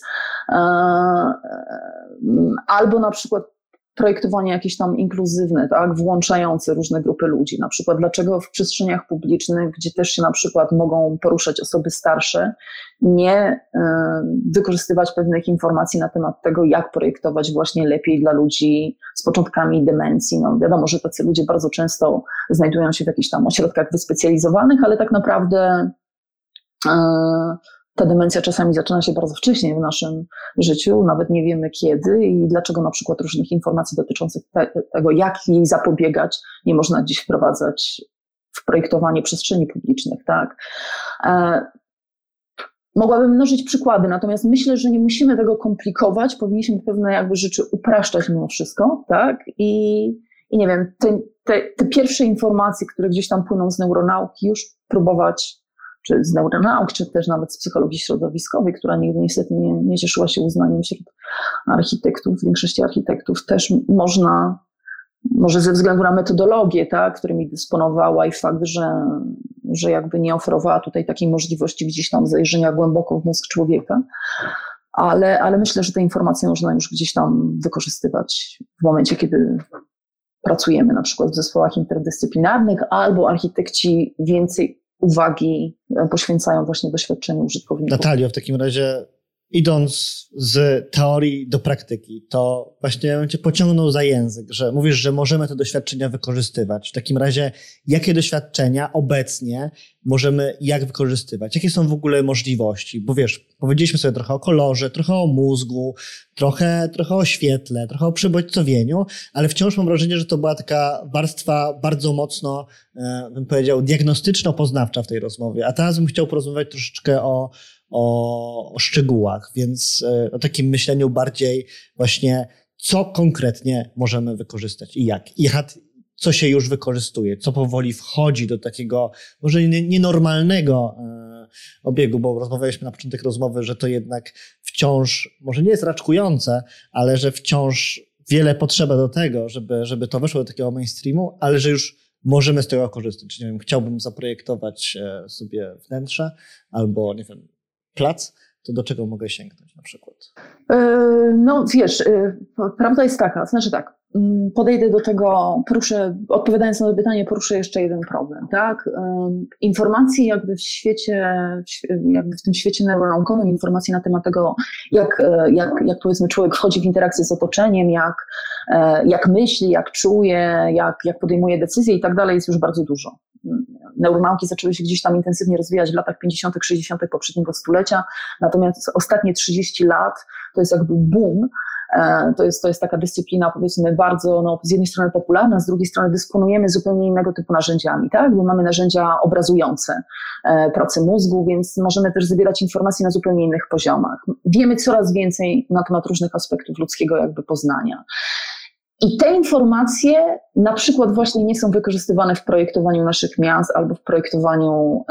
albo na przykład projektowanie jakieś tam inkluzywne, tak, włączające różne grupy ludzi. Na przykład dlaczego w przestrzeniach publicznych, gdzie też się na przykład mogą poruszać osoby starsze, nie wykorzystywać pewnych informacji na temat tego, jak projektować właśnie lepiej dla ludzi z początkami demencji. No wiadomo, że tacy ludzie bardzo często znajdują się w jakichś tam ośrodkach wyspecjalizowanych, ale tak naprawdę ta demencja czasami zaczyna się bardzo wcześnie w naszym życiu, nawet nie wiemy kiedy i dlaczego na przykład różnych informacji dotyczących tego, jak jej zapobiegać, nie można gdzieś wprowadzać w projektowanie przestrzeni publicznych, tak? Mogłabym mnożyć przykłady, natomiast myślę, że nie musimy tego komplikować, powinniśmy pewne jakby rzeczy upraszczać mimo wszystko, tak? I nie wiem, te pierwsze informacje, które gdzieś tam płyną z neuronauki, już próbować czy z neuronauk, czy też nawet z psychologii środowiskowej, która nigdy niestety nie cieszyła się uznaniem wśród architektów, większości architektów też można, może ze względu na metodologię, tak, którymi dysponowała i fakt, że jakby nie oferowała tutaj takiej możliwości gdzieś tam zajrzenia głęboko w mózg człowieka, ale myślę, że te informacje można już gdzieś tam wykorzystywać w momencie, kiedy pracujemy na przykład w zespołach interdyscyplinarnych, albo architekci więcej uwagi poświęcają właśnie doświadczeniu użytkowników. Natalio, w takim razie idąc z teorii do praktyki, to właśnie ja bym cię pociągnął za język, że mówisz, że możemy te doświadczenia wykorzystywać. W takim razie jakie doświadczenia obecnie możemy jak wykorzystywać? Jakie są w ogóle możliwości? Bo wiesz, powiedzieliśmy sobie trochę o kolorze, trochę o mózgu, trochę o świetle, trochę o przebodźcowieniu, ale wciąż mam wrażenie, że to była taka warstwa bardzo mocno, bym powiedział, diagnostyczno-poznawcza w tej rozmowie. A teraz bym chciał porozmawiać troszeczkę o szczegółach, więc o takim myśleniu bardziej właśnie, co konkretnie możemy wykorzystać i jak. I co się już wykorzystuje, co powoli wchodzi do takiego może nienormalnego obiegu, bo rozmawialiśmy na początek rozmowy, że to jednak wciąż, może nie jest raczkujące, ale że wciąż wiele potrzeba do tego, żeby to weszło do takiego mainstreamu, ale że już możemy z tego korzystać. Nie wiem, chciałbym zaprojektować sobie wnętrze albo, nie wiem, plac to do czego mogę sięgnąć na przykład? No wiesz, prawda jest taka, znaczy tak, podejdę do tego, odpowiadając na to pytanie, poruszę jeszcze jeden problem, tak? Informacji jakby w tym świecie neuronaukowym, informacji na temat tego, jak powiedzmy człowiek wchodzi w interakcję z otoczeniem, jak myśli, jak czuje, jak podejmuje decyzje i tak dalej, jest już bardzo dużo. Neuronauki zaczęły się gdzieś tam intensywnie rozwijać w latach 50., 60. poprzedniego stulecia, natomiast ostatnie 30 lat to jest jakby boom. To jest taka dyscyplina, powiedzmy, bardzo, z jednej strony popularna, z drugiej strony dysponujemy zupełnie innego typu narzędziami, tak? Bo mamy narzędzia obrazujące pracę mózgu, więc możemy też zbierać informacje na zupełnie innych poziomach. Wiemy coraz więcej na temat różnych aspektów ludzkiego jakby poznania. I te informacje na przykład właśnie nie są wykorzystywane w projektowaniu naszych miast albo w projektowaniu,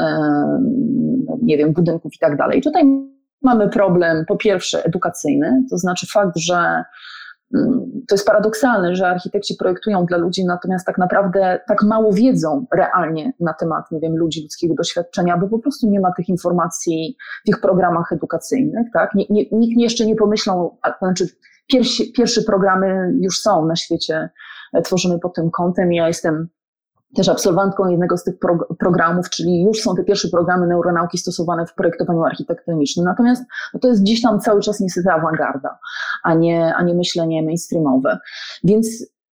nie wiem, budynków i tak dalej. I tutaj mamy problem, po pierwsze, edukacyjny, to znaczy fakt, że to jest paradoksalne, że architekci projektują dla ludzi, natomiast tak naprawdę tak mało wiedzą realnie na temat, nie wiem, ludzi, ludzkiego doświadczenia, bo po prostu nie ma tych informacji w ich programach edukacyjnych, tak? Nikt jeszcze nie pomyślał, znaczy pierwsze programy już są na świecie tworzone pod tym kątem. Ja jestem też absolwentką jednego z tych programów, czyli już są te pierwsze programy neuronauki stosowane w projektowaniu architektonicznym. Natomiast to jest gdzieś tam cały czas niestety awangarda, a nie myślenie mainstreamowe. Więc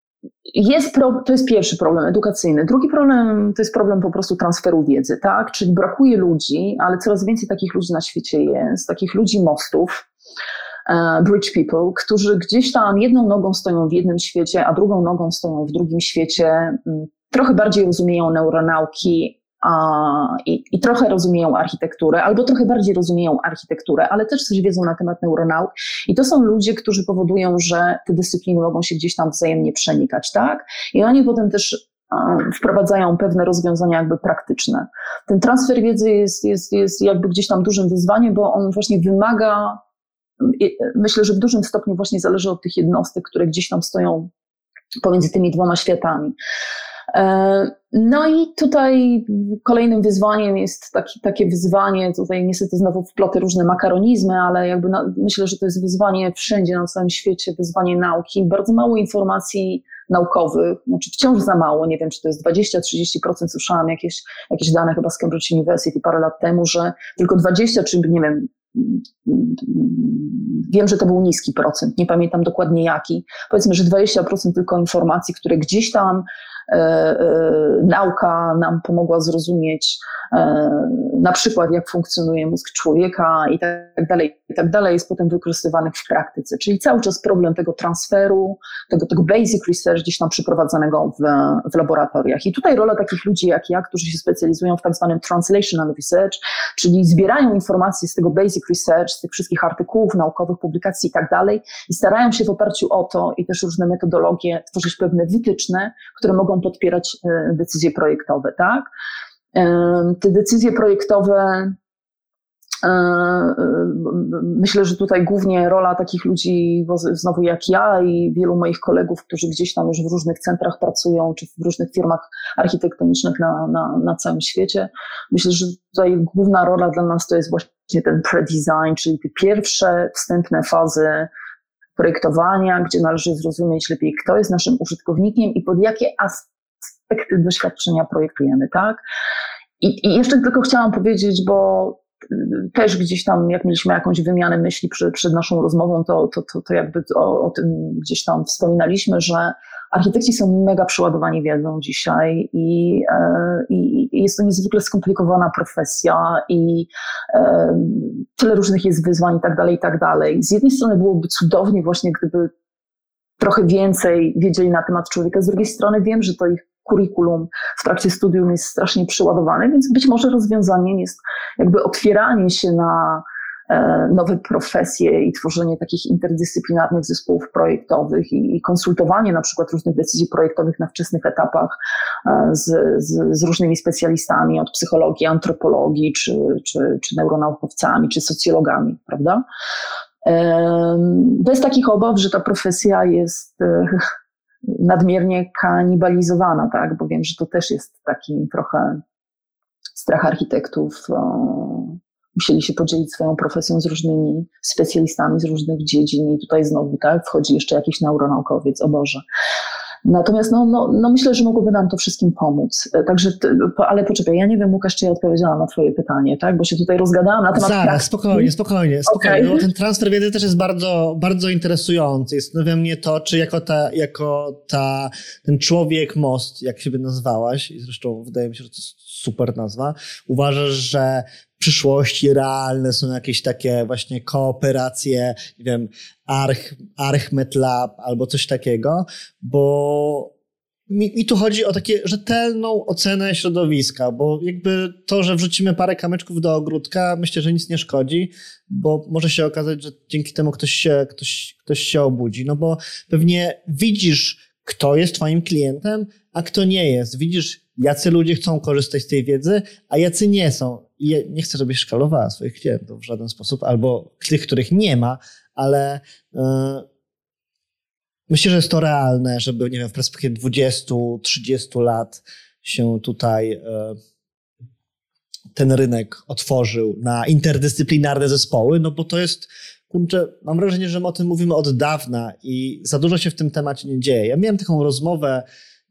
to jest pierwszy problem edukacyjny. Drugi problem to jest problem po prostu transferu wiedzy, tak? Czyli brakuje ludzi, ale coraz więcej takich ludzi na świecie jest, takich ludzi mostów, bridge people, którzy gdzieś tam jedną nogą stoją w jednym świecie, a drugą nogą stoją w drugim świecie, trochę bardziej rozumieją neuronauki i trochę rozumieją architekturę, albo trochę bardziej rozumieją architekturę, ale też coś wiedzą na temat neuronauk. I to są ludzie, którzy powodują, że te dyscypliny mogą się gdzieś tam wzajemnie przenikać, tak? I oni potem też wprowadzają pewne rozwiązania jakby praktyczne. Ten transfer wiedzy jest jakby gdzieś tam dużym wyzwaniem, bo on właśnie wymaga, myślę, że w dużym stopniu właśnie zależy od tych jednostek, które gdzieś tam stoją pomiędzy tymi dwoma światami. No i tutaj kolejnym wyzwaniem jest takie wyzwanie, tutaj niestety znowu wploty różne makaronizmy, ale jakby myślę, że to jest wyzwanie wszędzie na całym świecie, wyzwanie nauki. Bardzo mało informacji naukowych, znaczy wciąż za mało, nie wiem, czy to jest 20-30%, słyszałam jakieś dane chyba z Cambridge University parę lat temu, że tylko 20, czy nie wiem, wiem, że to był niski procent, nie pamiętam dokładnie jaki, powiedzmy, że 20% tylko informacji, które gdzieś tam nauka nam pomogła zrozumieć, na przykład jak funkcjonuje mózg człowieka i tak dalej, jest potem wykorzystywanych w praktyce. Czyli cały czas problem tego transferu, tego basic research gdzieś tam przeprowadzanego w laboratoriach. I tutaj rola takich ludzi jak ja, którzy się specjalizują w tak zwanym translational research, czyli zbierają informacje z tego basic research, z tych wszystkich artykułów naukowych, publikacji i tak dalej i starają się w oparciu o to i też różne metodologie tworzyć pewne wytyczne, które mogą podpierać decyzje projektowe, tak? Te decyzje projektowe, myślę, że tutaj głównie rola takich ludzi, znowu jak ja i wielu moich kolegów, którzy gdzieś tam już w różnych centrach pracują, czy w różnych firmach architektonicznych na całym świecie. Myślę, że tutaj główna rola dla nas to jest właśnie ten pre-design, czyli te pierwsze wstępne fazy projektowania, gdzie należy zrozumieć lepiej, kto jest naszym użytkownikiem i pod jakie aspekty doświadczenia projektujemy, tak? I jeszcze tylko chciałam powiedzieć, bo też gdzieś tam, jak mieliśmy jakąś wymianę myśli przed naszą rozmową, to jakby o tym gdzieś tam wspominaliśmy, że architekci są mega przeładowani wiedzą dzisiaj i jest to niezwykle skomplikowana profesja i tyle różnych jest wyzwań i tak dalej. Z jednej strony byłoby cudownie właśnie, gdyby trochę więcej wiedzieli na temat człowieka, z drugiej strony wiem, że to ich kurikulum w trakcie studium jest strasznie przeładowane, więc być może rozwiązaniem jest jakby otwieranie się na nowe profesje i tworzenie takich interdyscyplinarnych zespołów projektowych i konsultowanie na przykład różnych decyzji projektowych na wczesnych etapach z różnymi specjalistami od psychologii, antropologii, czy neuronaukowcami, czy socjologami, prawda? Bez takich obaw, że ta profesja jest nadmiernie kanibalizowana, tak? Bo wiem, że to też jest taki trochę strach architektów musieli się podzielić swoją profesją z różnymi specjalistami z różnych dziedzin i tutaj znowu wchodzi jeszcze jakiś neuronaukowiec, o Boże. Natomiast myślę, że mogłoby nam to wszystkim pomóc. Także, ale poczekaj, ja nie wiem, Łukasz, czy ja odpowiedziałam na twoje pytanie, tak? Bo się tutaj rozgadałam na temat Zaraz, spokojnie. Okay. Bo ten transfer wiedzy też jest bardzo, bardzo interesujący. Zastanawia mnie to, czy ten człowiek most, jak siebie nazwałaś, i zresztą wydaje mi się, że to jest super nazwa, uważasz, że w przyszłości realne są jakieś takie właśnie kooperacje, nie wiem, ArchMetLab albo coś takiego, bo mi tu chodzi o takie rzetelną ocenę środowiska, bo jakby to, że wrzucimy parę kamyczków do ogródka, myślę, że nic nie szkodzi, bo może się okazać, że dzięki temu ktoś się obudzi, no bo pewnie widzisz, kto jest twoim klientem, a kto nie jest. Widzisz, jacy ludzie chcą korzystać z tej wiedzy, a jacy nie są. I nie chcę, żebyś szkalowała swoich klientów w żaden sposób, albo tych, których nie ma, ale myślę, że jest to realne, żeby, nie wiem, w perspektywie 20-30 lat się tutaj ten rynek otworzył na interdyscyplinarne zespoły, no bo to jest, kurczę, mam wrażenie, że my o tym mówimy od dawna i za dużo się w tym temacie nie dzieje. Ja miałem taką rozmowę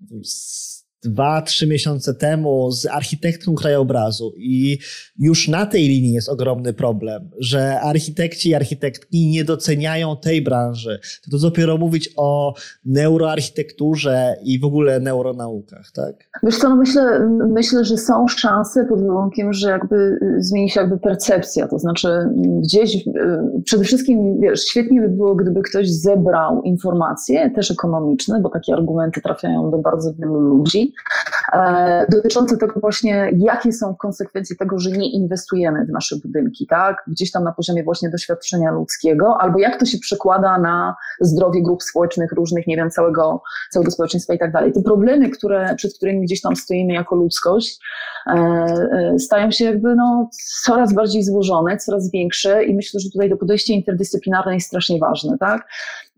2-3 miesiące temu z architektką krajobrazu i już na tej linii jest ogromny problem, że architekci i architektki nie doceniają tej branży. To dopiero mówić o neuroarchitekturze i w ogóle neuronaukach, tak? Wiesz co, myślę, że są szanse pod warunkiem, że jakby zmieni się jakby percepcja, to znaczy gdzieś przede wszystkim, wiesz, świetnie by było, gdyby ktoś zebrał informacje, też ekonomiczne, bo takie argumenty trafiają do bardzo wielu ludzi, dotyczące tego właśnie, jakie są konsekwencje tego, że nie inwestujemy w nasze budynki, tak? Gdzieś tam na poziomie właśnie doświadczenia ludzkiego, albo jak to się przekłada na zdrowie grup społecznych różnych, nie wiem, całego społeczeństwa i tak dalej. Te problemy, przed którymi gdzieś tam stoimy jako ludzkość, stają się jakby coraz bardziej złożone, coraz większe i myślę, że tutaj to podejście interdyscyplinarne jest strasznie ważne, tak?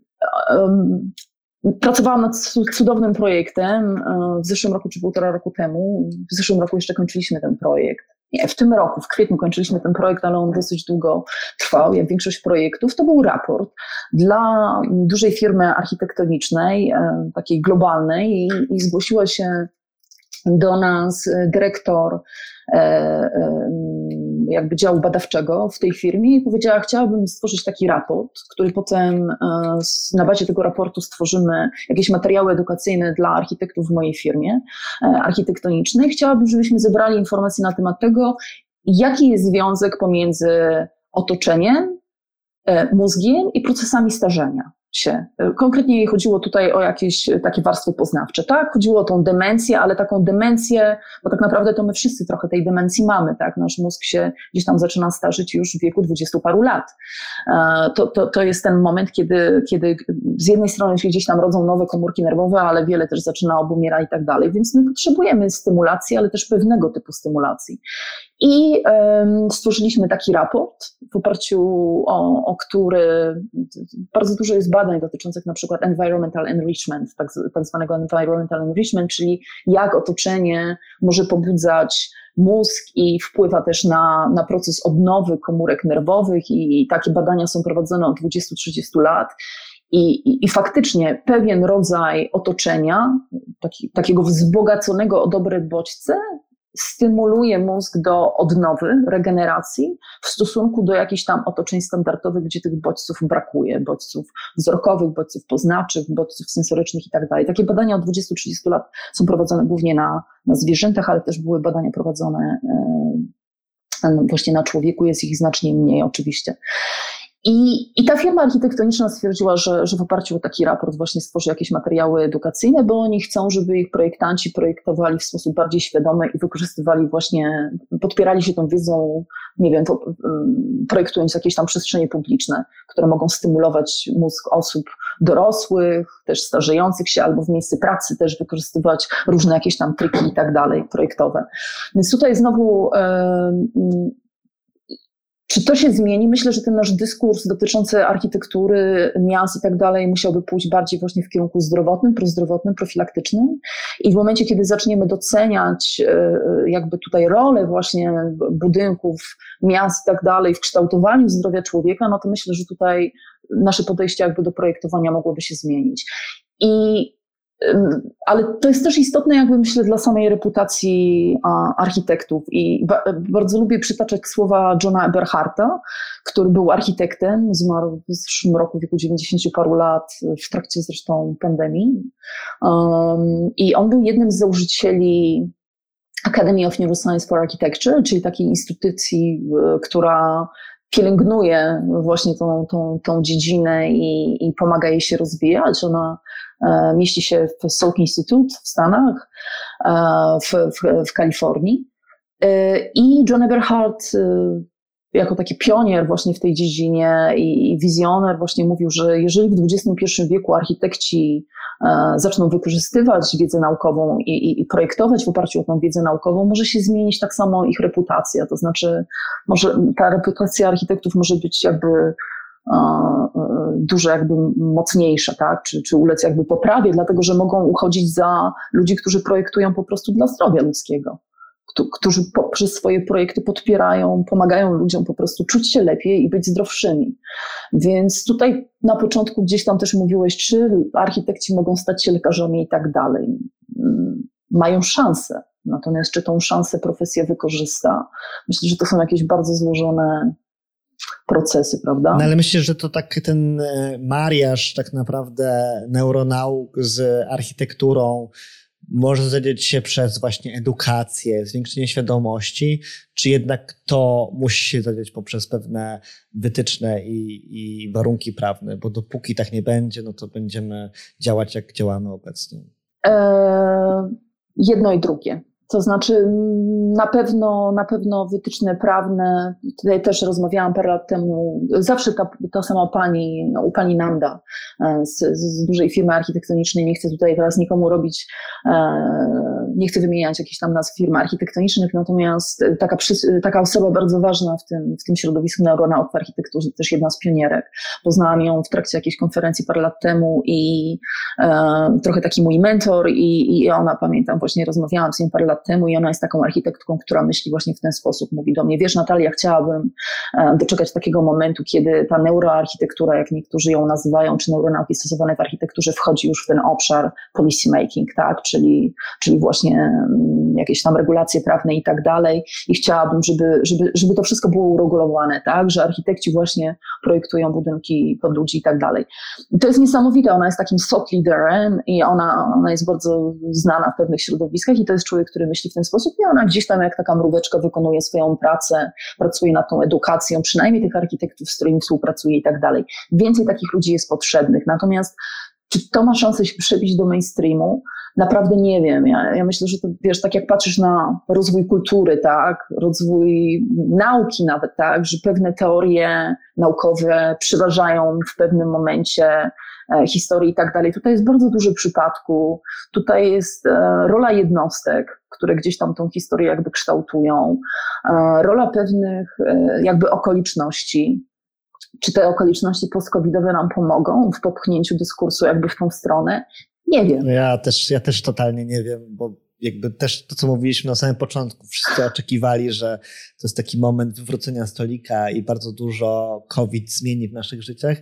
Pracowałam nad cudownym projektem w zeszłym roku czy 1,5 roku temu. W zeszłym roku jeszcze kończyliśmy ten projekt. Nie, w tym roku, w kwietniu kończyliśmy ten projekt, ale on dosyć długo trwał, jak większość projektów. To był raport dla dużej firmy architektonicznej, takiej globalnej i zgłosiła się do nas dyrektor jakby działu badawczego w tej firmie i powiedziała, chciałabym stworzyć taki raport, który potem na bazie tego raportu stworzymy jakieś materiały edukacyjne dla architektów w mojej firmie architektonicznej. Chciałabym, żebyśmy zebrali informacje na temat tego, jaki jest związek pomiędzy otoczeniem, mózgiem i procesami starzenia się. Konkretnie chodziło tutaj o jakieś takie warstwy poznawcze, tak? Chodziło o tą demencję, ale taką demencję, bo tak naprawdę to my wszyscy trochę tej demencji mamy, tak? Nasz mózg się gdzieś tam zaczyna starzyć już w wieku 20 paru lat. To jest ten moment, kiedy z jednej strony się gdzieś tam rodzą nowe komórki nerwowe, ale wiele też zaczyna obumiera i tak dalej, więc my potrzebujemy stymulacji, ale też pewnego typu stymulacji. I stworzyliśmy taki raport, w oparciu o który bardzo dużo jest badań dotyczących na przykład environmental enrichment, tak zwanego environmental enrichment, czyli jak otoczenie może pobudzać mózg i wpływa też na proces odnowy komórek nerwowych i takie badania są prowadzone od 20-30 lat. I faktycznie pewien rodzaj otoczenia, takiego wzbogaconego o dobre bodźce, stymuluje mózg do odnowy, regeneracji w stosunku do jakichś tam otoczeń standardowych, gdzie tych bodźców brakuje, bodźców wzrokowych, bodźców poznawczych, bodźców sensorycznych i tak dalej. Takie badania od 20-30 lat są prowadzone głównie na zwierzętach, ale też były badania prowadzone właśnie na człowieku, jest ich znacznie mniej oczywiście. I ta firma architektoniczna stwierdziła, że w oparciu o taki raport właśnie stworzy jakieś materiały edukacyjne, bo oni chcą, żeby ich projektanci projektowali w sposób bardziej świadomy i wykorzystywali właśnie, podpierali się tą wiedzą, nie wiem, projektując jakieś tam przestrzenie publiczne, które mogą stymulować mózg osób dorosłych, też starzejących się, albo w miejscu pracy też wykorzystywać różne jakieś tam triki i tak dalej projektowe. Więc tutaj znowu Czy to się zmieni? Myślę, że ten nasz dyskurs dotyczący architektury, miast i tak dalej musiałby pójść bardziej właśnie w kierunku zdrowotnym, prozdrowotnym, profilaktycznym. I w momencie, kiedy zaczniemy doceniać jakby tutaj rolę właśnie budynków, miast i tak dalej w kształtowaniu zdrowia człowieka, no to myślę, że tutaj nasze podejście jakby do projektowania mogłoby się zmienić. Ale to jest też istotne jakby myślę dla samej reputacji architektów i bardzo lubię przytaczać słowa Johna Eberharta, który był architektem, zmarł w zeszłym roku w wieku 90 paru lat, w trakcie zresztą pandemii, i on był jednym z założycieli Academy of Neuroscience for Architecture, czyli takiej instytucji, która pielęgnuje właśnie tą dziedzinę i pomaga jej się rozwijać. Ona mieści się w Salk Institute w Stanach, w Kalifornii. I John Eberhart jako taki pionier właśnie w tej dziedzinie i wizjoner właśnie mówił, że jeżeli w XXI wieku architekci zaczną wykorzystywać wiedzę naukową i projektować w oparciu o tą wiedzę naukową, może się zmienić tak samo ich reputacja. To znaczy, może ta reputacja architektów może być jakby dużo jakby mocniejsza, tak? Czy ulec jakby poprawie, dlatego że mogą uchodzić za ludzi, którzy projektują po prostu dla zdrowia ludzkiego, którzy poprzez swoje projekty podpierają, pomagają ludziom po prostu czuć się lepiej i być zdrowszymi. Więc tutaj na początku gdzieś tam też mówiłeś, czy architekci mogą stać się lekarzami i tak dalej. Mają szansę, natomiast czy tą szansę profesja wykorzysta? Myślę, że to są jakieś bardzo złożone procesy, prawda? No ale myślę, że to tak ten mariaż tak naprawdę neuronauk z architekturą może zadziać się przez właśnie edukację, zwiększenie świadomości, czy jednak to musi się zadziać poprzez pewne wytyczne i warunki prawne, bo dopóki tak nie będzie, no to będziemy działać jak działamy obecnie. Jedno i drugie. To znaczy na pewno wytyczne prawne, tutaj też rozmawiałam parę lat temu, zawsze ta sama pani, u pani Nanda z dużej firmy architektonicznej, nie chcę tutaj teraz nikomu robić, nie chcę wymieniać jakichś tam nazw firm architektonicznych, natomiast taka osoba bardzo ważna w tym środowisku neuronauk w architekturze, też jedna z pionierek. Poznałam ją w trakcie jakiejś konferencji parę lat temu i trochę taki mój mentor i ona, pamiętam, właśnie rozmawiałam z nią parę lat temu i ona jest taką architektką, która myśli właśnie w ten sposób. Mówi do mnie, wiesz Natalia, chciałabym doczekać takiego momentu, kiedy ta neuroarchitektura, jak niektórzy ją nazywają, czy neuronauki stosowane w architekturze wchodzi już w ten obszar policy making, tak? Czyli właśnie jakieś tam regulacje prawne i tak dalej. I chciałabym, żeby to wszystko było uregulowane, tak? Że architekci właśnie projektują budynki pod ludzi i tak dalej. I to jest niesamowite. Ona jest takim thought leaderem i ona jest bardzo znana w pewnych środowiskach i to jest człowiek, który myśli w ten sposób i ona gdzieś tam jak taka mróweczka wykonuje swoją pracę, pracuje nad tą edukacją, przynajmniej tych architektów, z którymi współpracuje i tak dalej. Więcej takich ludzi jest potrzebnych. Natomiast czy to ma szansę się przebić do mainstreamu? Naprawdę nie wiem. Ja myślę, że to, wiesz, tak jak patrzysz na rozwój kultury, tak, rozwój nauki nawet, tak, że pewne teorie naukowe przeważają w pewnym momencie historii i tak dalej. Tutaj jest bardzo duży przypadku. Tutaj jest rola jednostek, które gdzieś tam tą historię jakby kształtują. Rola pewnych jakby okoliczności. Czy te okoliczności post-covidowe nam pomogą w popchnięciu dyskursu jakby w tą stronę? Nie wiem. Ja też totalnie nie wiem, bo jakby też to, co mówiliśmy na samym początku, wszyscy oczekiwali, że to jest taki moment wywrócenia stolika i bardzo dużo COVID zmieni w naszych życiach.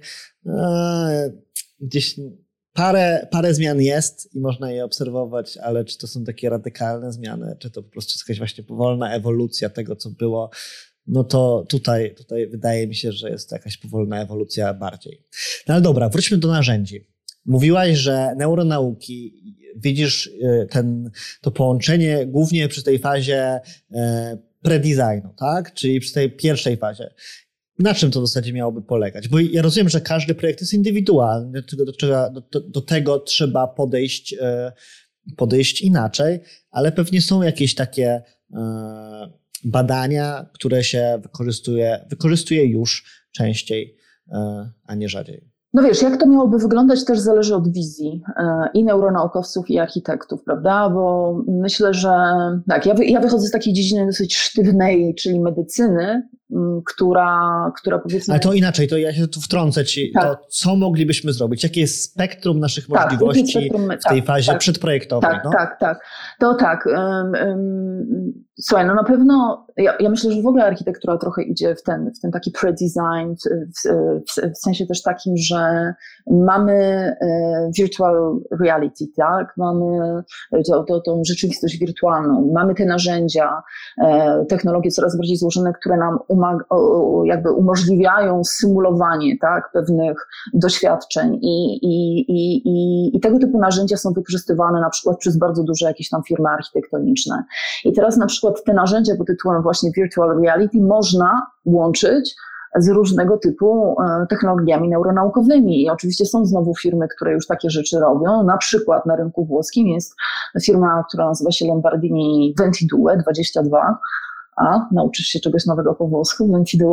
Gdzieś parę zmian jest i można je obserwować, ale czy to są takie radykalne zmiany, czy to po prostu jest jakaś właśnie powolna ewolucja tego, co było, no to tutaj wydaje mi się, że jest to jakaś powolna ewolucja bardziej. No ale dobra, wróćmy do narzędzi. Mówiłaś, że neuronauki, widzisz to połączenie głównie przy tej fazie pre-designu, tak? Czyli przy tej pierwszej fazie. Na czym to w zasadzie miałoby polegać? Bo ja rozumiem, że każdy projekt jest indywidualny, do tego trzeba podejść inaczej, ale pewnie są jakieś takie badania, które się wykorzystuje już częściej, a nie rzadziej. No wiesz, jak to miałoby wyglądać też zależy od wizji i neuronaukowców i architektów, prawda? Bo myślę, że tak, ja wychodzę z takiej dziedziny dosyć sztywnej, czyli medycyny która powiedzmy... Ale to inaczej, to ja się tu wtrącę ci. Tak. To co moglibyśmy zrobić? Jakie jest spektrum naszych możliwości w tej fazie przedprojektowej? Tak. To tak. Słuchaj, no na pewno ja myślę, że w ogóle architektura trochę idzie w ten taki pre-design, w sensie też takim, że mamy virtual reality, tak? Mamy tą rzeczywistość wirtualną, mamy te narzędzia, technologie coraz bardziej złożone, które nam jakby umożliwiają symulowanie, tak, pewnych doświadczeń i tego typu narzędzia są wykorzystywane na przykład przez bardzo duże jakieś tam firmy architektoniczne. I teraz na przykład te narzędzia pod tytułem właśnie virtual reality można łączyć z różnego typu technologiami neuronaukowymi. I oczywiście są znowu firmy, które już takie rzeczy robią. Na przykład na rynku włoskim jest firma, która nazywa się Lombardini Ventidue 22. Nauczysz się czegoś nowego po włosku, Ventidue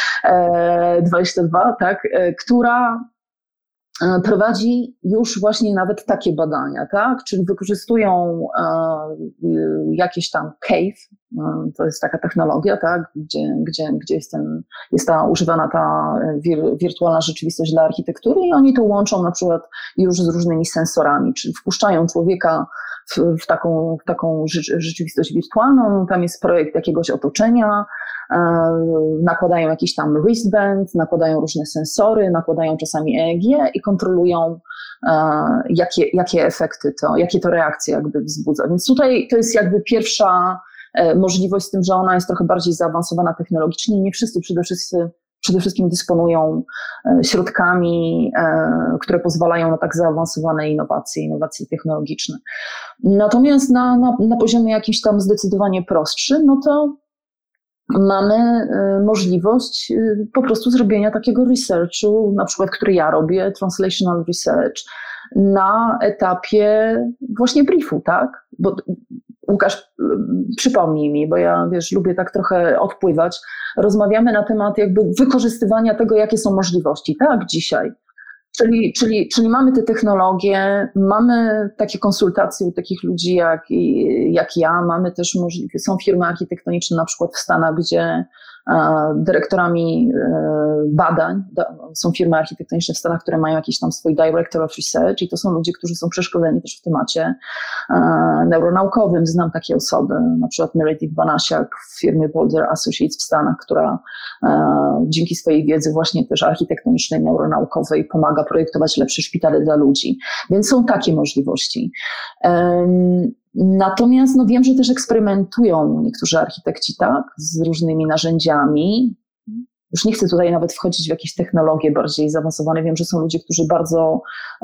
22, tak, która prowadzi już właśnie nawet takie badania, tak? Czyli wykorzystują jakieś tam cave, to jest taka technologia, tak? Gdzie jest używana ta wirtualna rzeczywistość dla architektury i oni to łączą na przykład już z różnymi sensorami, czyli wpuszczają człowieka w taką rzeczywistość wirtualną, tam jest projekt jakiegoś otoczenia, nakładają jakiś tam wristband, nakładają różne sensory, nakładają czasami EEG i kontrolują jakie efekty jakie to reakcje jakby wzbudza. Więc tutaj to jest jakby pierwsza możliwość z tym, że ona jest trochę bardziej zaawansowana technologicznie. Nie wszyscy przede wszystkim dysponują środkami, które pozwalają na tak zaawansowane innowacje technologiczne. Natomiast na poziomie jakimś tam zdecydowanie prostszym, no to mamy możliwość po prostu zrobienia takiego researchu, na przykład, który ja robię, translational research, na etapie właśnie briefu, tak? Bo Łukasz, przypomnij mi, bo ja, lubię tak trochę odpływać. Rozmawiamy na temat jakby wykorzystywania tego, jakie są możliwości, tak, dzisiaj. Czyli mamy te technologie, mamy takie konsultacje u takich ludzi jak ja, mamy też są firmy architektoniczne na przykład w Stanach, gdzie dyrektorami badań, są firmy architektoniczne w Stanach, które mają jakiś tam swój director of research i to są ludzie, którzy są przeszkoleni też w temacie neuronaukowym. Znam takie osoby, na przykład Meredith Banasiak w firmie Boulder Associates w Stanach, która dzięki swojej wiedzy właśnie też architektonicznej, neuronaukowej pomaga projektować lepsze szpitale dla ludzi. Więc są takie możliwości. Natomiast wiem, że też eksperymentują niektórzy architekci, tak, z różnymi narzędziami. Już nie chcę tutaj nawet wchodzić w jakieś technologie bardziej zaawansowane. Wiem, że są ludzie, którzy bardzo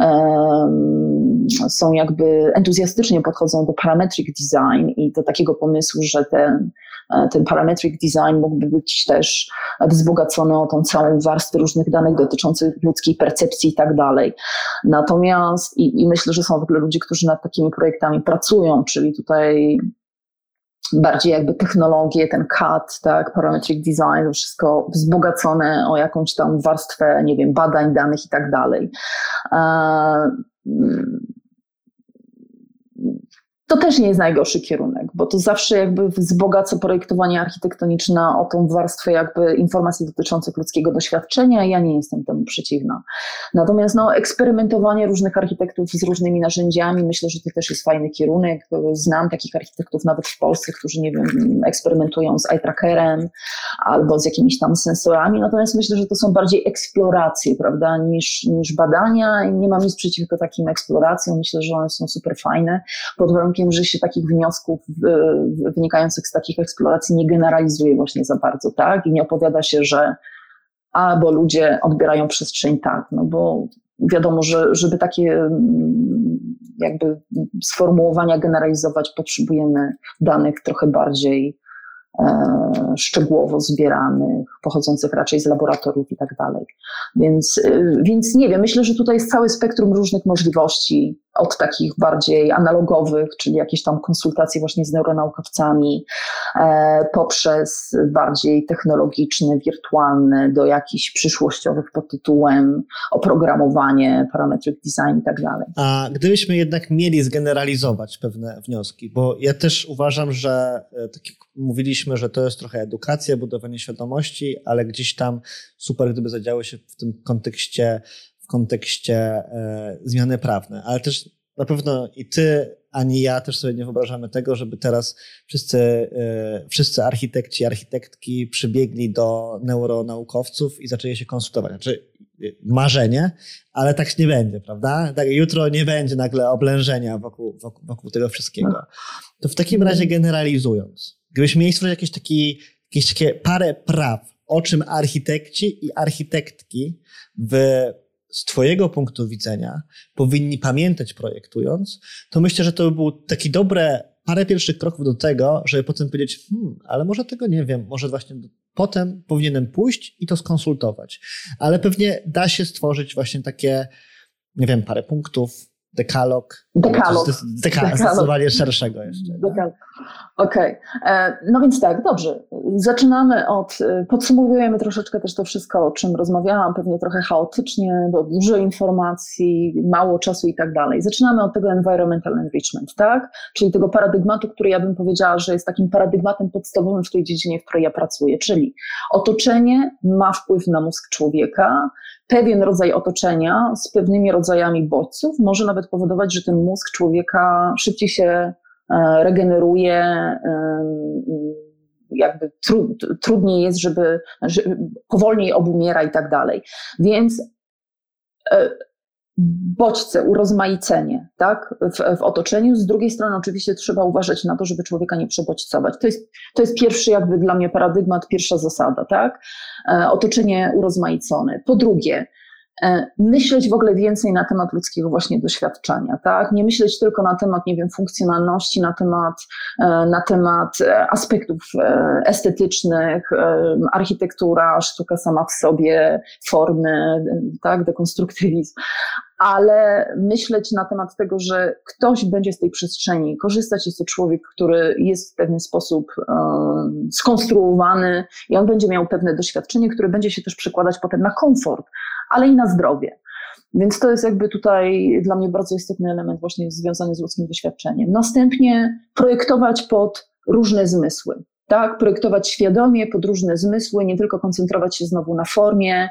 są jakby entuzjastycznie podchodzą do parametric design i do takiego pomysłu, że ten parametric design mógłby być też wzbogacony o tą całą warstwę różnych danych dotyczących ludzkiej percepcji i tak dalej. Natomiast i myślę, że są w ogóle ludzie, którzy nad takimi projektami pracują, czyli tutaj bardziej jakby technologie, ten CAD, tak, parametric design, to wszystko wzbogacone o jakąś tam warstwę, nie wiem, badań, danych i tak dalej. To też nie jest najgorszy kierunek, bo to zawsze jakby wzbogaca projektowanie architektoniczne o tą warstwę jakby informacji dotyczących ludzkiego doświadczenia i ja nie jestem temu przeciwna. Natomiast eksperymentowanie różnych architektów z różnymi narzędziami, myślę, że to też jest fajny kierunek. Znam takich architektów nawet w Polsce, którzy, nie wiem, eksperymentują z eye trackerem albo z jakimiś tam sensorami, natomiast myślę, że to są bardziej eksploracje, prawda, niż badania i nie mam nic przeciwko takim eksploracjom. Myślę, że one są super fajne, pod warunkiem, że się takich wniosków wynikających z takich eksploracji nie generalizuje właśnie za bardzo, tak? I nie opowiada się, że bo ludzie odbierają przestrzeń tak, no bo wiadomo, że żeby takie jakby sformułowania generalizować, potrzebujemy danych trochę bardziej szczegółowo zbieranych, pochodzących raczej z laboratoriów i tak dalej. Więc nie wiem, myślę, że tutaj jest całe spektrum różnych możliwości. od takich bardziej analogowych, czyli jakieś tam konsultacje właśnie z neuronaukowcami, poprzez bardziej technologiczne, wirtualne, do jakichś przyszłościowych pod tytułem oprogramowanie, parametric design i tak dalej. A gdybyśmy jednak mieli zgeneralizować pewne wnioski, bo ja też uważam, że tak jak mówiliśmy, że to jest trochę edukacja, budowanie świadomości, ale gdzieś tam super, gdyby zadziały się w tym kontekście zmiany prawne, ale też na pewno i ty, ani ja też sobie nie wyobrażamy tego, żeby teraz wszyscy architekci, architektki przybiegli do neuronaukowców i zaczęli się konsultować. Znaczy marzenie, ale tak nie będzie, prawda? Tak, jutro nie będzie nagle oblężenia wokół tego wszystkiego. To w takim razie generalizując, gdybyśmy mieli stworzyć jakieś takie parę praw, o czym architekci i architektki z twojego punktu widzenia powinni pamiętać projektując, to myślę, że to by było takie dobre parę pierwszych kroków do tego, żeby potem powiedzieć, ale może tego nie wiem, może właśnie potem powinienem pójść i to skonsultować. Ale pewnie da się stworzyć właśnie takie, nie wiem, parę punktów, dekalog. Zdecydowanie szerszego jeszcze. Okej. No więc tak, dobrze. Zaczynamy podsumowujemy troszeczkę też to wszystko, o czym rozmawiałam, pewnie trochę chaotycznie, bo dużo informacji, mało czasu i tak dalej. Zaczynamy od tego environmental enrichment, tak? Czyli tego paradygmatu, który ja bym powiedziała, że jest takim paradygmatem podstawowym w tej dziedzinie, w której ja pracuję, czyli otoczenie ma wpływ na mózg człowieka. Pewien rodzaj otoczenia z pewnymi rodzajami bodźców może nawet powodować, że ten mózg człowieka szybciej się regeneruje, jakby trudniej jest, żeby powolniej obumiera i tak dalej. Więc bodźce, urozmaicenie, tak, w otoczeniu. Z drugiej strony oczywiście trzeba uważać na to, żeby człowieka nie przebodźcować. To jest pierwszy jakby dla mnie paradygmat, pierwsza zasada, tak? Otoczenie urozmaicone. Po drugie, myśleć w ogóle więcej na temat ludzkiego właśnie doświadczenia, tak? Nie myśleć tylko na temat, nie wiem, funkcjonalności, na temat aspektów estetycznych, architektura, sztuka sama w sobie, formy, tak, dekonstruktywizm, ale myśleć na temat tego, że ktoś będzie z tej przestrzeni korzystać, jest to człowiek, który jest w pewien sposób skonstruowany i on będzie miał pewne doświadczenie, które będzie się też przekładać potem na komfort, ale i na zdrowie. Więc to jest jakby tutaj dla mnie bardzo istotny element właśnie związany z ludzkim doświadczeniem. Następnie projektować pod różne zmysły. Tak, projektować świadomie pod różne zmysły, nie tylko koncentrować się znowu na formie,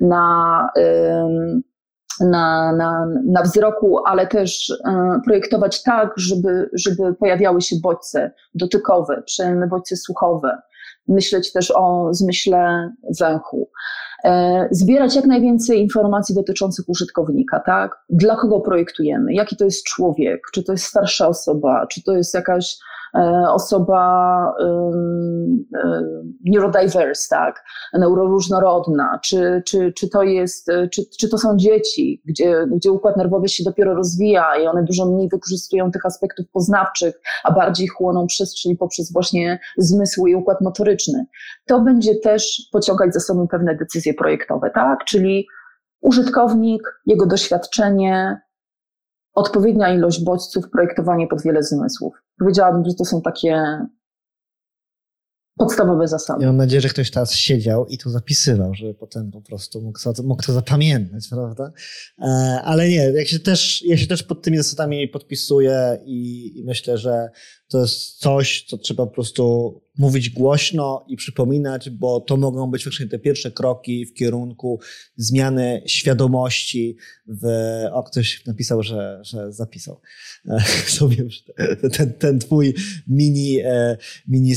na wzroku, ale też projektować tak, żeby pojawiały się bodźce dotykowe, przyjemne bodźce słuchowe. Myśleć też o zmyśle węchu. Zbierać jak najwięcej informacji dotyczących użytkownika, tak? Dla kogo projektujemy? Jaki to jest człowiek? Czy to jest starsza osoba? Czy to jest jakaś osoba neurodiverse, tak? Neuroróżnorodna? Czy to jest, czy to są dzieci, gdzie układ nerwowy się dopiero rozwija i one dużo mniej wykorzystują tych aspektów poznawczych, a bardziej chłoną przestrzeń poprzez właśnie zmysły i układ motoryczny. To będzie też pociągać za sobą pewne decyzje projektowe, tak? Czyli użytkownik, jego doświadczenie, odpowiednia ilość bodźców, projektowanie pod wiele zmysłów. Powiedziałabym, że to są takie podstawowe zasady. Ja mam nadzieję, że ktoś teraz siedział i to zapisywał, żeby potem po prostu mógł to zapamiętać, prawda? Ale nie, ja się też pod tymi zasadami podpisuję i myślę, że to jest coś, co trzeba po prostu mówić głośno i przypominać, bo to mogą być faktycznie te pierwsze kroki w kierunku zmiany świadomości ktoś napisał, że zapisał sobie ten twój mini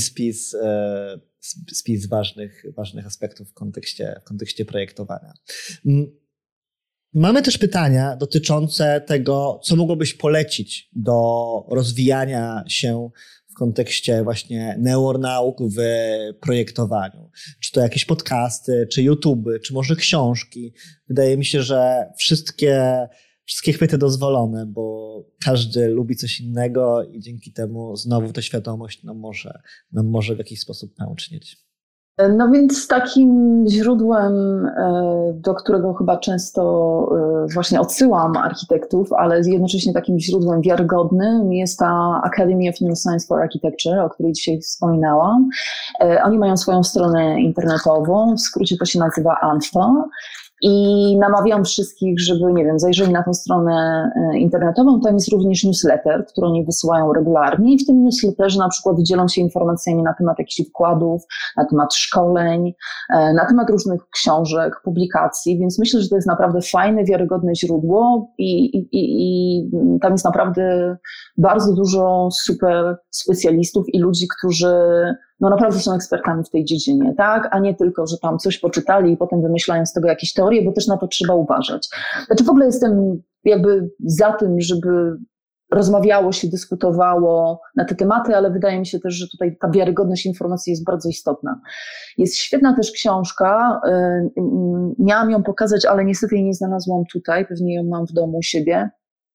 spis ważnych aspektów w kontekście projektowania. Mamy też pytania dotyczące tego, co mogłobyś polecić do rozwijania się w kontekście właśnie neuronauk w projektowaniu. Czy to jakieś podcasty, czy YouTube, czy może książki. Wydaje mi się, że wszystkie chwyty dozwolone, bo każdy lubi coś innego i dzięki temu znowu ta świadomość nam może w jakiś sposób pęcznieć. No więc takim źródłem, do którego chyba często właśnie odsyłam architektów, ale jednocześnie takim źródłem wiarygodnym jest ta Academy of Neuroscience for Architecture, o której dzisiaj wspominałam. Oni mają swoją stronę internetową, w skrócie to się nazywa ANFA. I namawiam wszystkich, żeby, nie wiem, zajrzeli na tą stronę internetową. Tam jest również newsletter, który oni wysyłają regularnie i w tym newsletterze na przykład dzielą się informacjami na temat jakichś wykładów, na temat szkoleń, na temat różnych książek, publikacji, więc myślę, że to jest naprawdę fajne, wiarygodne źródło i tam jest naprawdę bardzo dużo super specjalistów i ludzi, którzy no naprawdę są ekspertami w tej dziedzinie, tak? A nie tylko, że tam coś poczytali i potem wymyślają z tego jakieś teorie, bo też na to trzeba uważać. Znaczy w ogóle jestem jakby za tym, żeby rozmawiało się, dyskutowało na te tematy, ale wydaje mi się też, że tutaj ta wiarygodność informacji jest bardzo istotna. Jest świetna też książka, miałam ją pokazać, ale niestety jej nie znalazłam tutaj, pewnie ją mam w domu u siebie.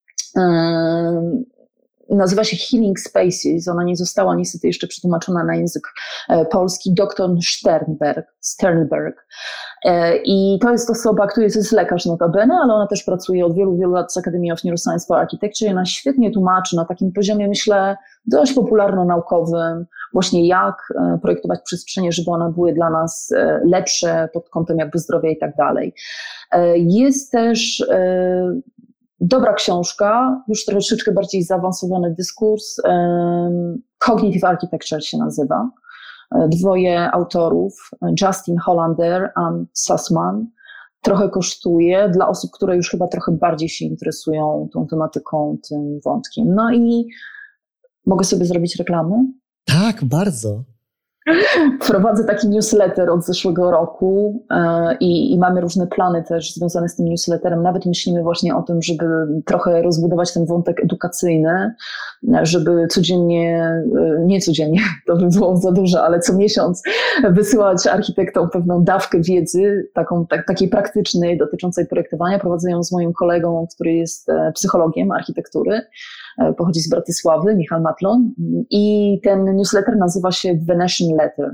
Nazywa się Healing Spaces, ona nie została niestety jeszcze przetłumaczona na język polski, dr Sternberg. I to jest osoba, która jest lekarz notabene, ale ona też pracuje od wielu, wielu lat z Academy of Neuroscience for Architecture i ona świetnie tłumaczy na takim poziomie, myślę, dość popularno-naukowym, właśnie jak projektować przestrzenie, żeby one były dla nas lepsze pod kątem jakby zdrowia i tak dalej. Jest też dobra książka, już troszeczkę bardziej zaawansowany dyskurs. Cognitive Architecture się nazywa. Dwoje autorów, Justin Hollander i Sussman. Trochę kosztuje dla osób, które już chyba trochę bardziej się interesują tą tematyką, tym wątkiem. No i mogę sobie zrobić reklamę? Tak, bardzo. Prowadzę taki newsletter od zeszłego roku i mamy różne plany też związane z tym newsletterem. Nawet myślimy właśnie o tym, żeby trochę rozbudować ten wątek edukacyjny, żeby nie codziennie, to by było za dużo, ale co miesiąc wysyłać architektom pewną dawkę wiedzy, takiej praktycznej dotyczącej projektowania. Prowadzę ją z moim kolegą, który jest psychologiem architektury. Pochodzi z Bratysławy, Michał Matlon, i ten newsletter nazywa się Venetian Letter,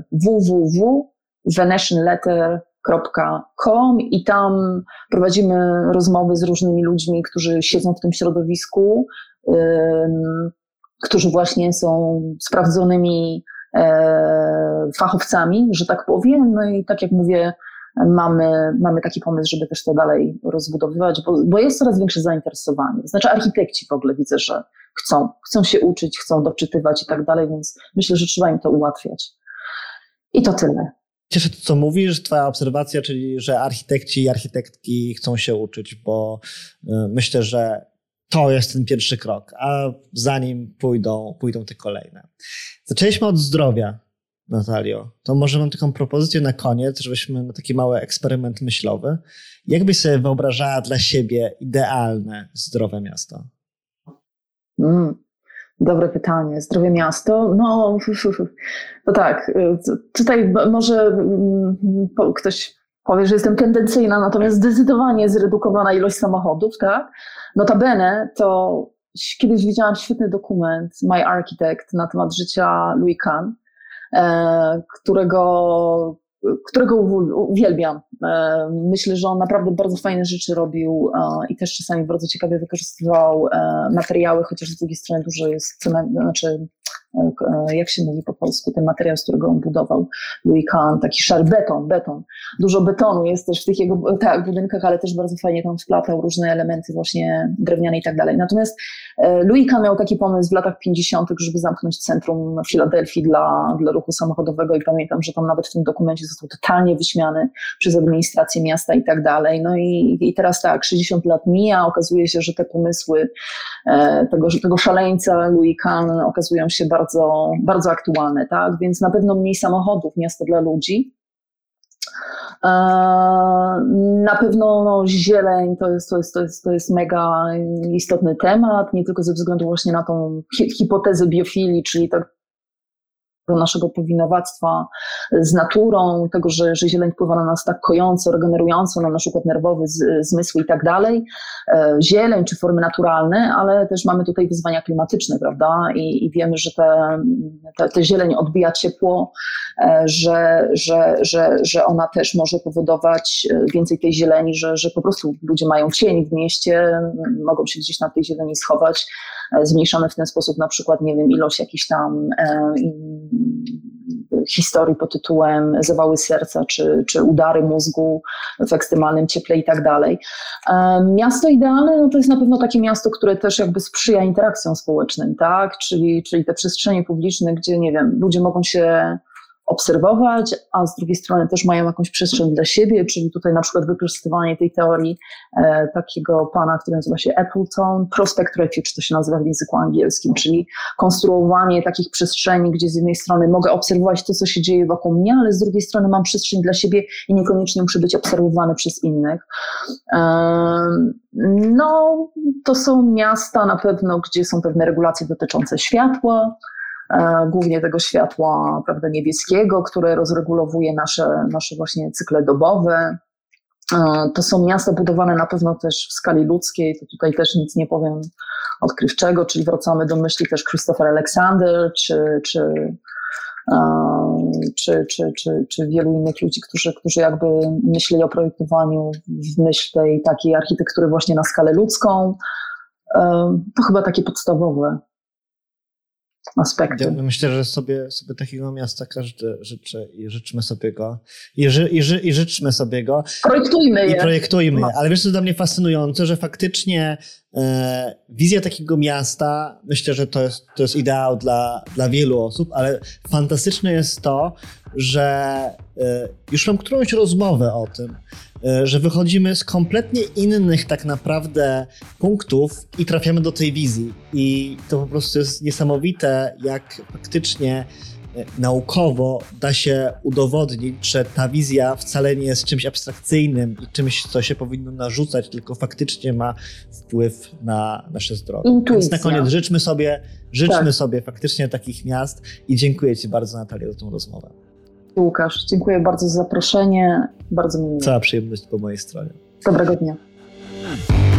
www.venetianletter.com i tam prowadzimy rozmowy z różnymi ludźmi, którzy siedzą w tym środowisku, którzy właśnie są sprawdzonymi fachowcami, że tak powiem. No i tak jak mówię, mamy taki pomysł, żeby też to dalej rozbudowywać, bo jest coraz większe zainteresowanie. Znaczy architekci w ogóle widzę, że chcą się uczyć, chcą doczytywać i tak dalej, więc myślę, że trzeba im to ułatwiać. I to tyle. Cieszę się, co mówisz, twoja obserwacja, czyli że architekci i architektki chcą się uczyć, bo myślę, że to jest ten pierwszy krok, a za nim pójdą te kolejne. Zaczęliśmy od zdrowia, Natalio. To może mam taką propozycję na koniec, żebyśmy na taki mały eksperyment myślowy. Jak byś sobie wyobrażała dla siebie idealne, zdrowe miasto? Dobre pytanie. Zdrowe miasto? No tak. Tutaj może ktoś powie, że jestem tendencyjna, natomiast zdecydowanie zredukowana ilość samochodów, tak? Notabene to kiedyś widziałam świetny dokument My Architect na temat życia Louis Kahn, którego uwielbiam. Myślę, że on naprawdę bardzo fajne rzeczy robił i też czasami bardzo ciekawie wykorzystywał materiały, chociaż z drugiej strony dużo jest cement, znaczy jak się mówi po polsku, ten materiał, z którego on budował Louis Kahn, taki szary beton. Dużo betonu jest też w tych jego budynkach, ale też bardzo fajnie tam wplatał różne elementy właśnie drewniane i tak dalej. Natomiast Louis Kahn miał taki pomysł w latach 50., żeby zamknąć centrum Filadelfii dla ruchu samochodowego i pamiętam, że tam nawet w tym dokumencie został totalnie wyśmiany przez administrację miasta i tak dalej. No i teraz tak, 60 lat mija, okazuje się, że te pomysły tego szaleńca Louis Kahn okazują się bardzo, bardzo aktualne, tak? Więc na pewno mniej samochodów, miasto dla ludzi. Na pewno zieleń to jest mega istotny temat, nie tylko ze względu właśnie na tą hipotezę biofilii, czyli tak naszego powinowactwa z naturą, tego, że zieleń wpływa na nas tak kojąco, regenerująco, na nasz układ nerwowy, zmysły i tak dalej. Zieleń czy formy naturalne, ale też mamy tutaj wyzwania klimatyczne, prawda? I wiemy, że te zieleń odbija ciepło, że ona też może powodować więcej tej zieleni, że po prostu ludzie mają cień w mieście, mogą się gdzieś na tej zieleni schować. Zmniejszamy w ten sposób na przykład, nie wiem, ilość jakichś tam historii pod tytułem zawały serca, czy udary mózgu w ekstremalnym cieple i tak dalej. Miasto idealne, no to jest na pewno takie miasto, które też jakby sprzyja interakcjom społecznym, tak? Czyli te przestrzenie publiczne, gdzie, nie wiem, ludzie mogą się obserwować, a z drugiej strony też mają jakąś przestrzeń dla siebie, czyli tutaj na przykład wykorzystywanie tej teorii takiego pana, który nazywa się Appleton, Prospect Refuge, to się nazywa w języku angielskim, czyli konstruowanie takich przestrzeni, gdzie z jednej strony mogę obserwować to, co się dzieje wokół mnie, ale z drugiej strony mam przestrzeń dla siebie i niekoniecznie muszę być obserwowany przez innych. No, to są miasta na pewno, gdzie są pewne regulacje dotyczące światła, głównie tego światła, prawda, niebieskiego, które rozregulowuje nasze właśnie cykle dobowe. To są miasta budowane na pewno też w skali ludzkiej, to tutaj też nic nie powiem odkrywczego, czyli wracamy do myśli też Christopher Alexander, czy wielu innych ludzi, którzy jakby myśleli o projektowaniu w myśl tej takiej architektury właśnie na skalę ludzką. To chyba takie podstawowe aspekty. Ja myślę, że sobie takiego miasta każdy życzy i życzmy sobie go. I życzmy sobie go. Projektujmy je. I projektujmy je. Ale wiesz, co jest dla mnie fascynujące, że faktycznie wizja takiego miasta, myślę, że to jest ideał dla wielu osób, ale fantastyczne jest to, że już mam którąś rozmowę o tym, że wychodzimy z kompletnie innych tak naprawdę punktów i trafiamy do tej wizji. I to po prostu jest niesamowite, jak faktycznie naukowo da się udowodnić, że ta wizja wcale nie jest czymś abstrakcyjnym i czymś, co się powinno narzucać, tylko faktycznie ma wpływ na nasze zdrowie. Intuicja. Więc na koniec życzmy sobie faktycznie takich miast i dziękuję Ci bardzo, Natalia, za tą rozmowę. Łukasz, dziękuję bardzo za zaproszenie. Bardzo mi miło. Cała przyjemność po mojej stronie. Dobrego dnia.